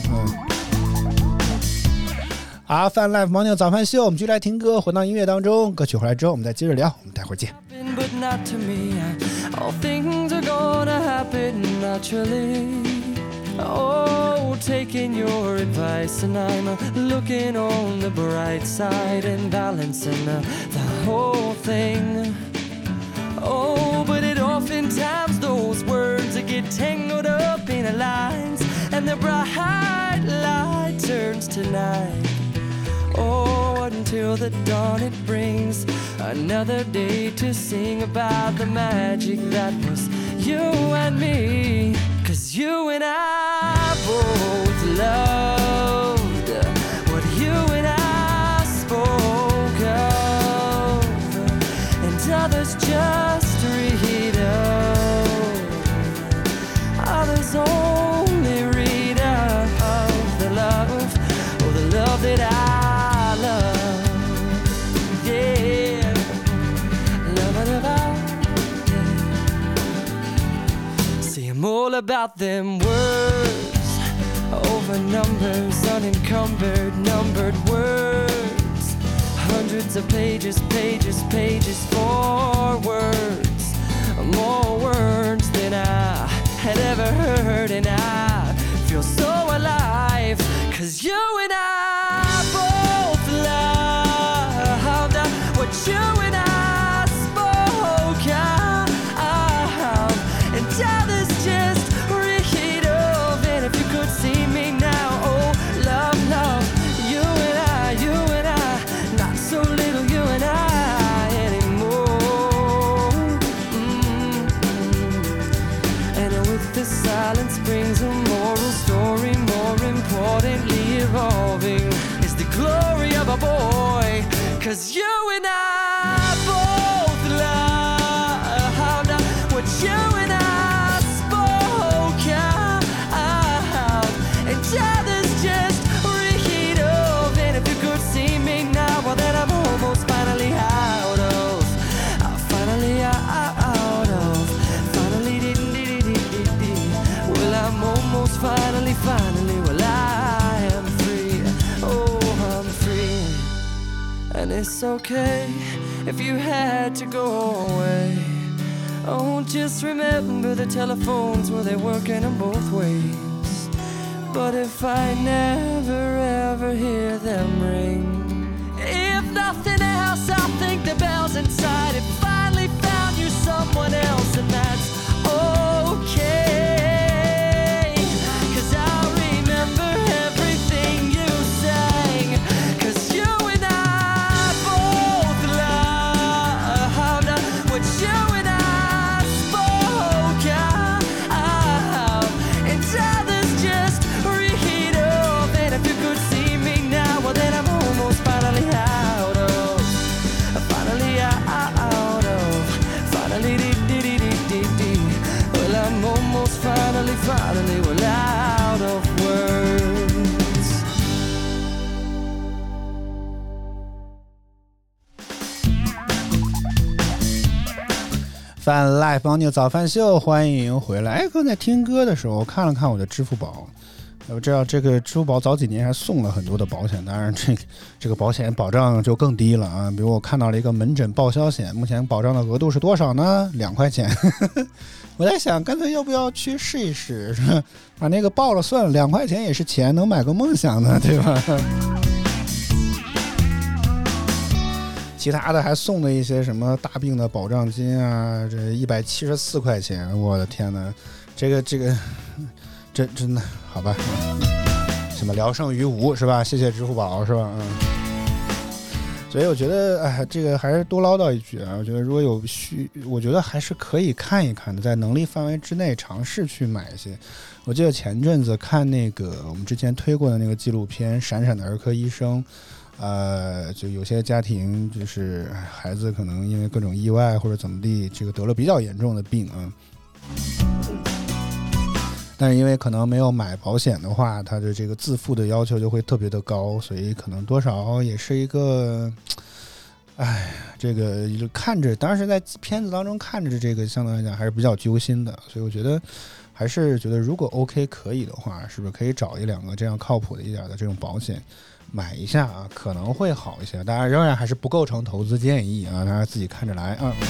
好，Fun Life Morning 早饭秀，我们继续来听歌，回到音乐当中。歌曲回来之后，我们再接着聊。我们待会儿见。 Oh, taking your advice, and I'm looking on the bright side and balancing the whole thing. Oh, but it oftentimes those words that get tangled up in lines, and the bright light turns to night. Oh, until the dawn it brings another day to sing about the magic that was you and me. 'Cause you and I both loved what you and I spoke of, and others just read of, others only read of the love, oh the love that I love, yeah, love. See, I'm all about them words, over numbers, unencumbered, numbered words, hundreds of pages, for words, more words than I had ever heard, and I feel so alive, 'cause you and I both loved what you and I spoke of, and others just read of. And if you could see me now, oh love, love, you and I, not so little you and I anymore. And with the silence brings a moral story, more importantly evolving is the glory of a boy. 'Cause you and I both loved what you and I spoke of, and others just read of. And if you could see me now, well then I'm almost finally out of, well I'm almost finally, well I am free, oh I'm free. And it's okay if you had to go away. Oh, just remember the telephones, well they're working in both ways. But if I never ever hear them ring, if nothing else I think the bells inside it finally found you someone else, and that's okay. 'Cause I'll remember everything you sang, 'cause you and I both loved what you and I spoke finally we're out of words. Fun Life Morning 早饭秀，欢迎回来。哎，刚才听歌的时候看了看我的支付宝，我知道这个支付宝早几年还送了很多的保险，当然这个保险保障就更低了啊。比如我看到了一个门诊报销险，目前保障的额度是多少呢？2块钱。我在想，干脆要不要去试一试，是吧？把那个报了算了，2块钱也是钱，能买个梦想呢，对吧？其他的还送了一些什么大病的保障金啊，这174块钱，我的天哪，这个真的好吧？什么聊胜于无是吧？谢谢支付宝是吧？所以我觉得，哎，这个还是多唠叨一句啊。我觉得如果有我觉得还是可以看一看的，在能力范围之内尝试去买一些。我记得前阵子看那个我们之前推过的那个纪录片《闪闪的儿科医生》。就有些家庭就是孩子可能因为各种意外或者怎么地，这个得了比较严重的病啊，但是因为可能没有买保险的话，他的这个自付的要求就会特别的高，所以可能多少也是一个，哎，这个看着当时在片子当中看着这个相对来讲还是比较揪心的，所以我觉得还是觉得如果 OK 可以的话，是不是可以找1-2个这样靠谱的一点的这种保险买一下啊，可能会好一些。当然仍然还是不构成投资建议啊，大家自己看着来啊。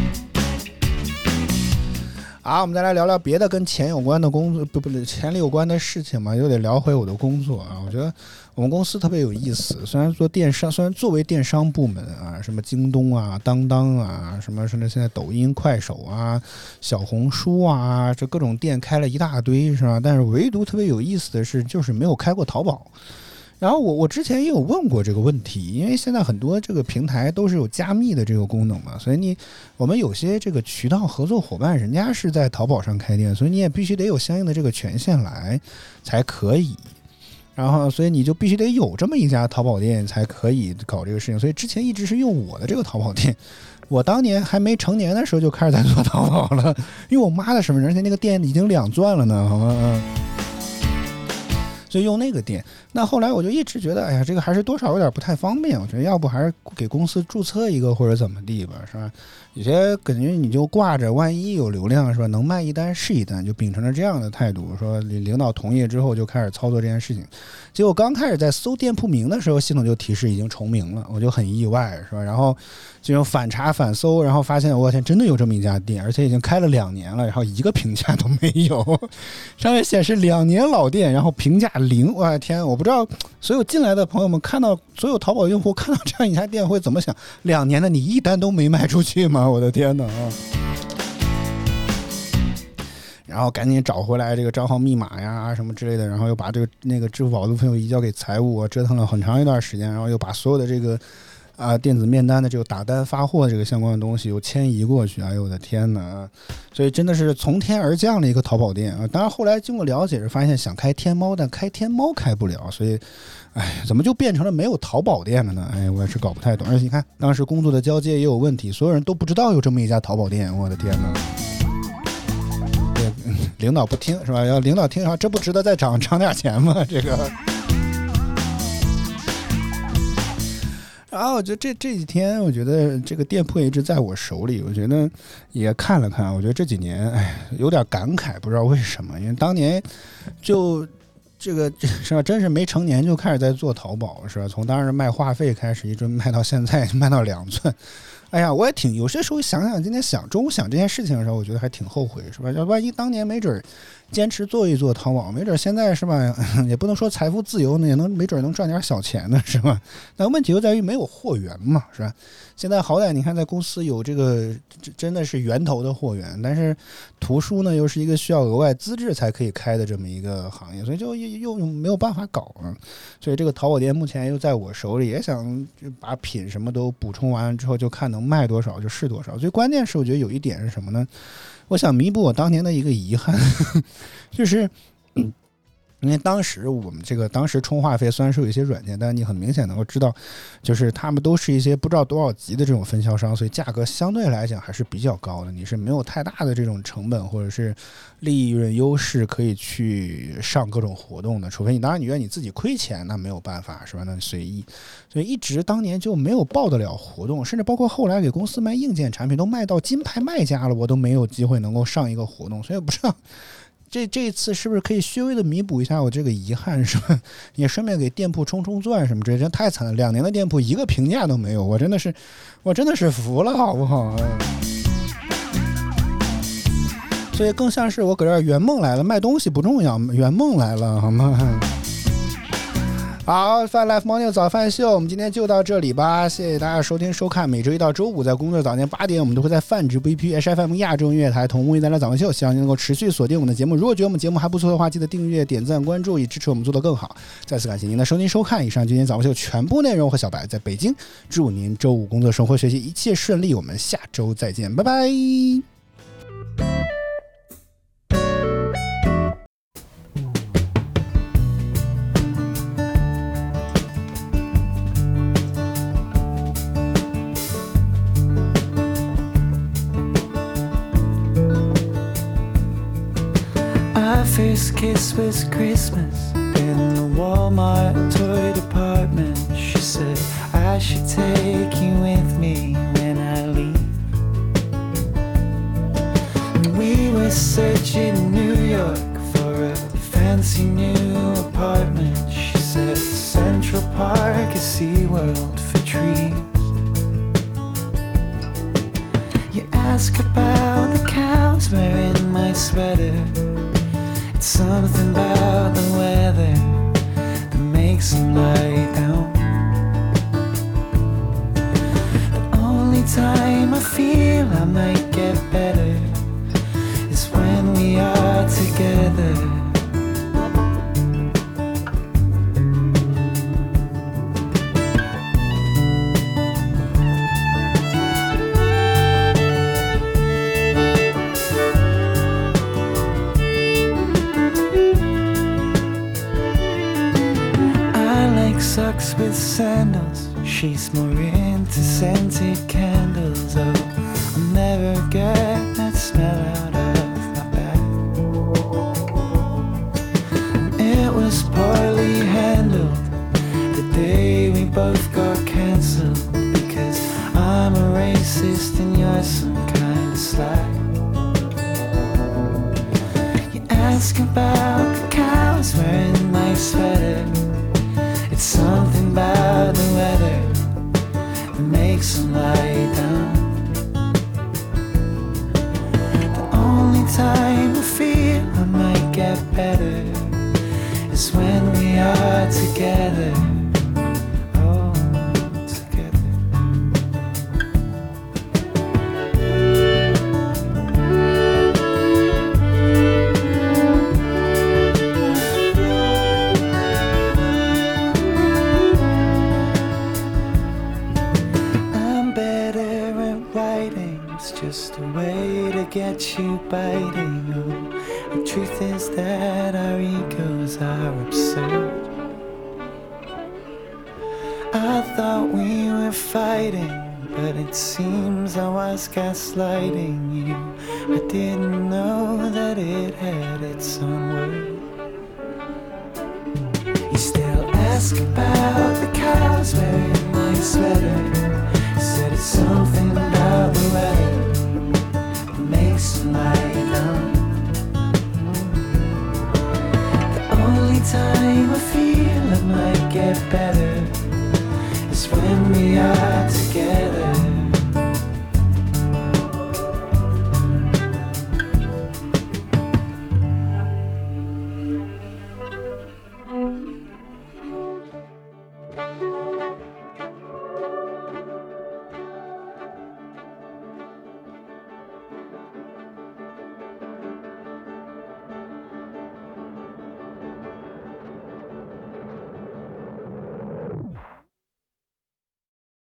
好，我们再来聊聊别的跟钱有关的工作，不钱里有关的事情嘛，又得聊回我的工作啊。我觉得我们公司特别有意思，虽然做电商，虽然作为电商部门啊，什么京东啊、当当啊，什么甚至现在抖音、快手啊、小红书啊，这各种店开了一大堆是吧？但是唯独特别有意思的是，就是没有开过淘宝。然后我之前也有问过这个问题，因为现在很多这个平台都是有加密的这个功能嘛，所以我们有些这个渠道合作伙伴，人家是在淘宝上开店，所以你也必须得有相应的这个权限来才可以。然后，所以你就必须得有这么一家淘宝店才可以搞这个事情。所以之前一直是用我的这个淘宝店，我当年还没成年的时候就开始在做淘宝了，因为我妈的身份证，而且那个店已经2钻了呢，好吗？所以用那个店，那后来我就一直觉得，哎呀，这个还是多少有点不太方便。我觉得要不还是给公司注册一个或者怎么地吧，是吧？有些感觉你就挂着，万一有流量是吧？能卖一单是一单，就秉承着这样的态度，说领导同意之后就开始操作这件事情。结果刚开始在搜店铺名的时候，系统就提示已经重名了，我就很意外，是吧？然后这种反查反搜，然后发现我天，真的有这么一家店，而且已经开了2年了，然后一个评价都没有，上面显示2年老店，然后评价0。我的天，我不知道所有进来的朋友们看到所有淘宝用户看到这样一家店会怎么想？2年的你一单都没卖出去吗？我的天哪啊！然后赶紧找回来这个账号密码呀什么之类的，然后又把这个那个支付宝的费用移交给财务，折腾了很长一段时间，然后又把所有的这个电子面单的这个打单发货这个相关的东西又迁移过去，哎呦我的天哪！所以真的是从天而降的一个淘宝店啊！当然后来经过了解是发现想开天猫，但开天猫开不了，所以哎，怎么就变成了没有淘宝店了呢？哎，我也是搞不太懂。而且你看当时工作的交接也有问题，所有人都不知道有这么一家淘宝店，我的天哪！领导不听是吧？要领导听啥？这不值得再涨点钱吗？这个。然后我觉得这几天，我觉得这个店铺一直在我手里，我觉得也看了看，我觉得这几年，哎，有点感慨，不知道为什么，因为当年就这个是吧，真是没成年就开始在做淘宝，是吧？从当时卖话费开始，一直卖到现在，卖到2寸。哎呀，我也挺有些时候想想，今天中午想这件事情的时候，我觉得还挺后悔，是吧？万一当年没准坚持做一做淘宝，没准现在是吧，也不能说财富自由呢，也能没准能赚点小钱呢，是吧？但问题就在于没有货源嘛，是吧？现在好歹你看在公司有这个真的是源头的货源，但是图书呢又是一个需要额外资质才可以开的这么一个行业，所以就又没有办法搞啊。所以这个淘宝店目前又在我手里，也想把品什么都补充完了之后，就看能卖多少就是多少。最关键是我觉得有一点是什么呢？我想弥补我当年的一个遗憾，就是因为当时我们当时充话费虽然是有一些软件，但是你很明显能够知道，就是他们都是一些不知道多少级的这种分销商，所以价格相对来讲还是比较高的，你是没有太大的这种成本或者是利润优势可以去上各种活动的，除非你愿意你自己亏钱，那没有办法是吧？那随意，所以一直当年就没有报得了活动，甚至包括后来给公司卖硬件产品都卖到金牌卖家了，我都没有机会能够上一个活动，所以不知道。这一次是不是可以稍微的弥补一下我这个遗憾，是吧？也顺便给店铺冲钻什么之类的，真太惨了，2年的店铺一个评价都没有，我真的是服了，好不好？所以更像是我搁这儿圆梦来了，卖东西不重要，圆梦来了，好吗？好，Fun Life Morning 早饭秀，我们今天就到这里吧，谢谢大家收听收看。每周一到周五在工作早间8点，我们都会在泛直播 HFM 亚洲音乐台同步为大家早饭秀，希望您能够持续锁定我们的节目。如果觉得我们节目还不错的话，记得订阅、点赞、关注，以支持我们做得更好。再次感谢您的收听收看，以上今天早饭秀全部内容和小白在北京，祝您周五工作、生活、学习一切顺利，我们下周再见，拜拜。 First kiss was Christmas in the Walmart toy department. She said I should take you with me when I leave. And we were searching New York for a fancy new apartment. She said Central Park is SeaWorld for trees. You ask about the cows wearing my sweater.It's something about the weather that makes them lie down. The only time I feel I might get better is when we are together. Socks with sandals, she's more into scented candles. Oh, I'll never get that smell out of my bag. It was poorly handled the day we both got cancelled, because I'm a racist and you're some kind of slag. You ask about the cows wearing my sweater.It's something about the weather that makes them lie down. The only time I feel I might get better is when we are together. Oh, together. Just a way to get you biting. Oh, the truth is that our egos are absurd. I thought we were fighting, but it seems I was gaslighting you. I didn't know that it had its own word. You still ask about the cows wearing my sweater. You said it's something about the weather.Makes them lie down. The only time I feel I might get better is when we are together.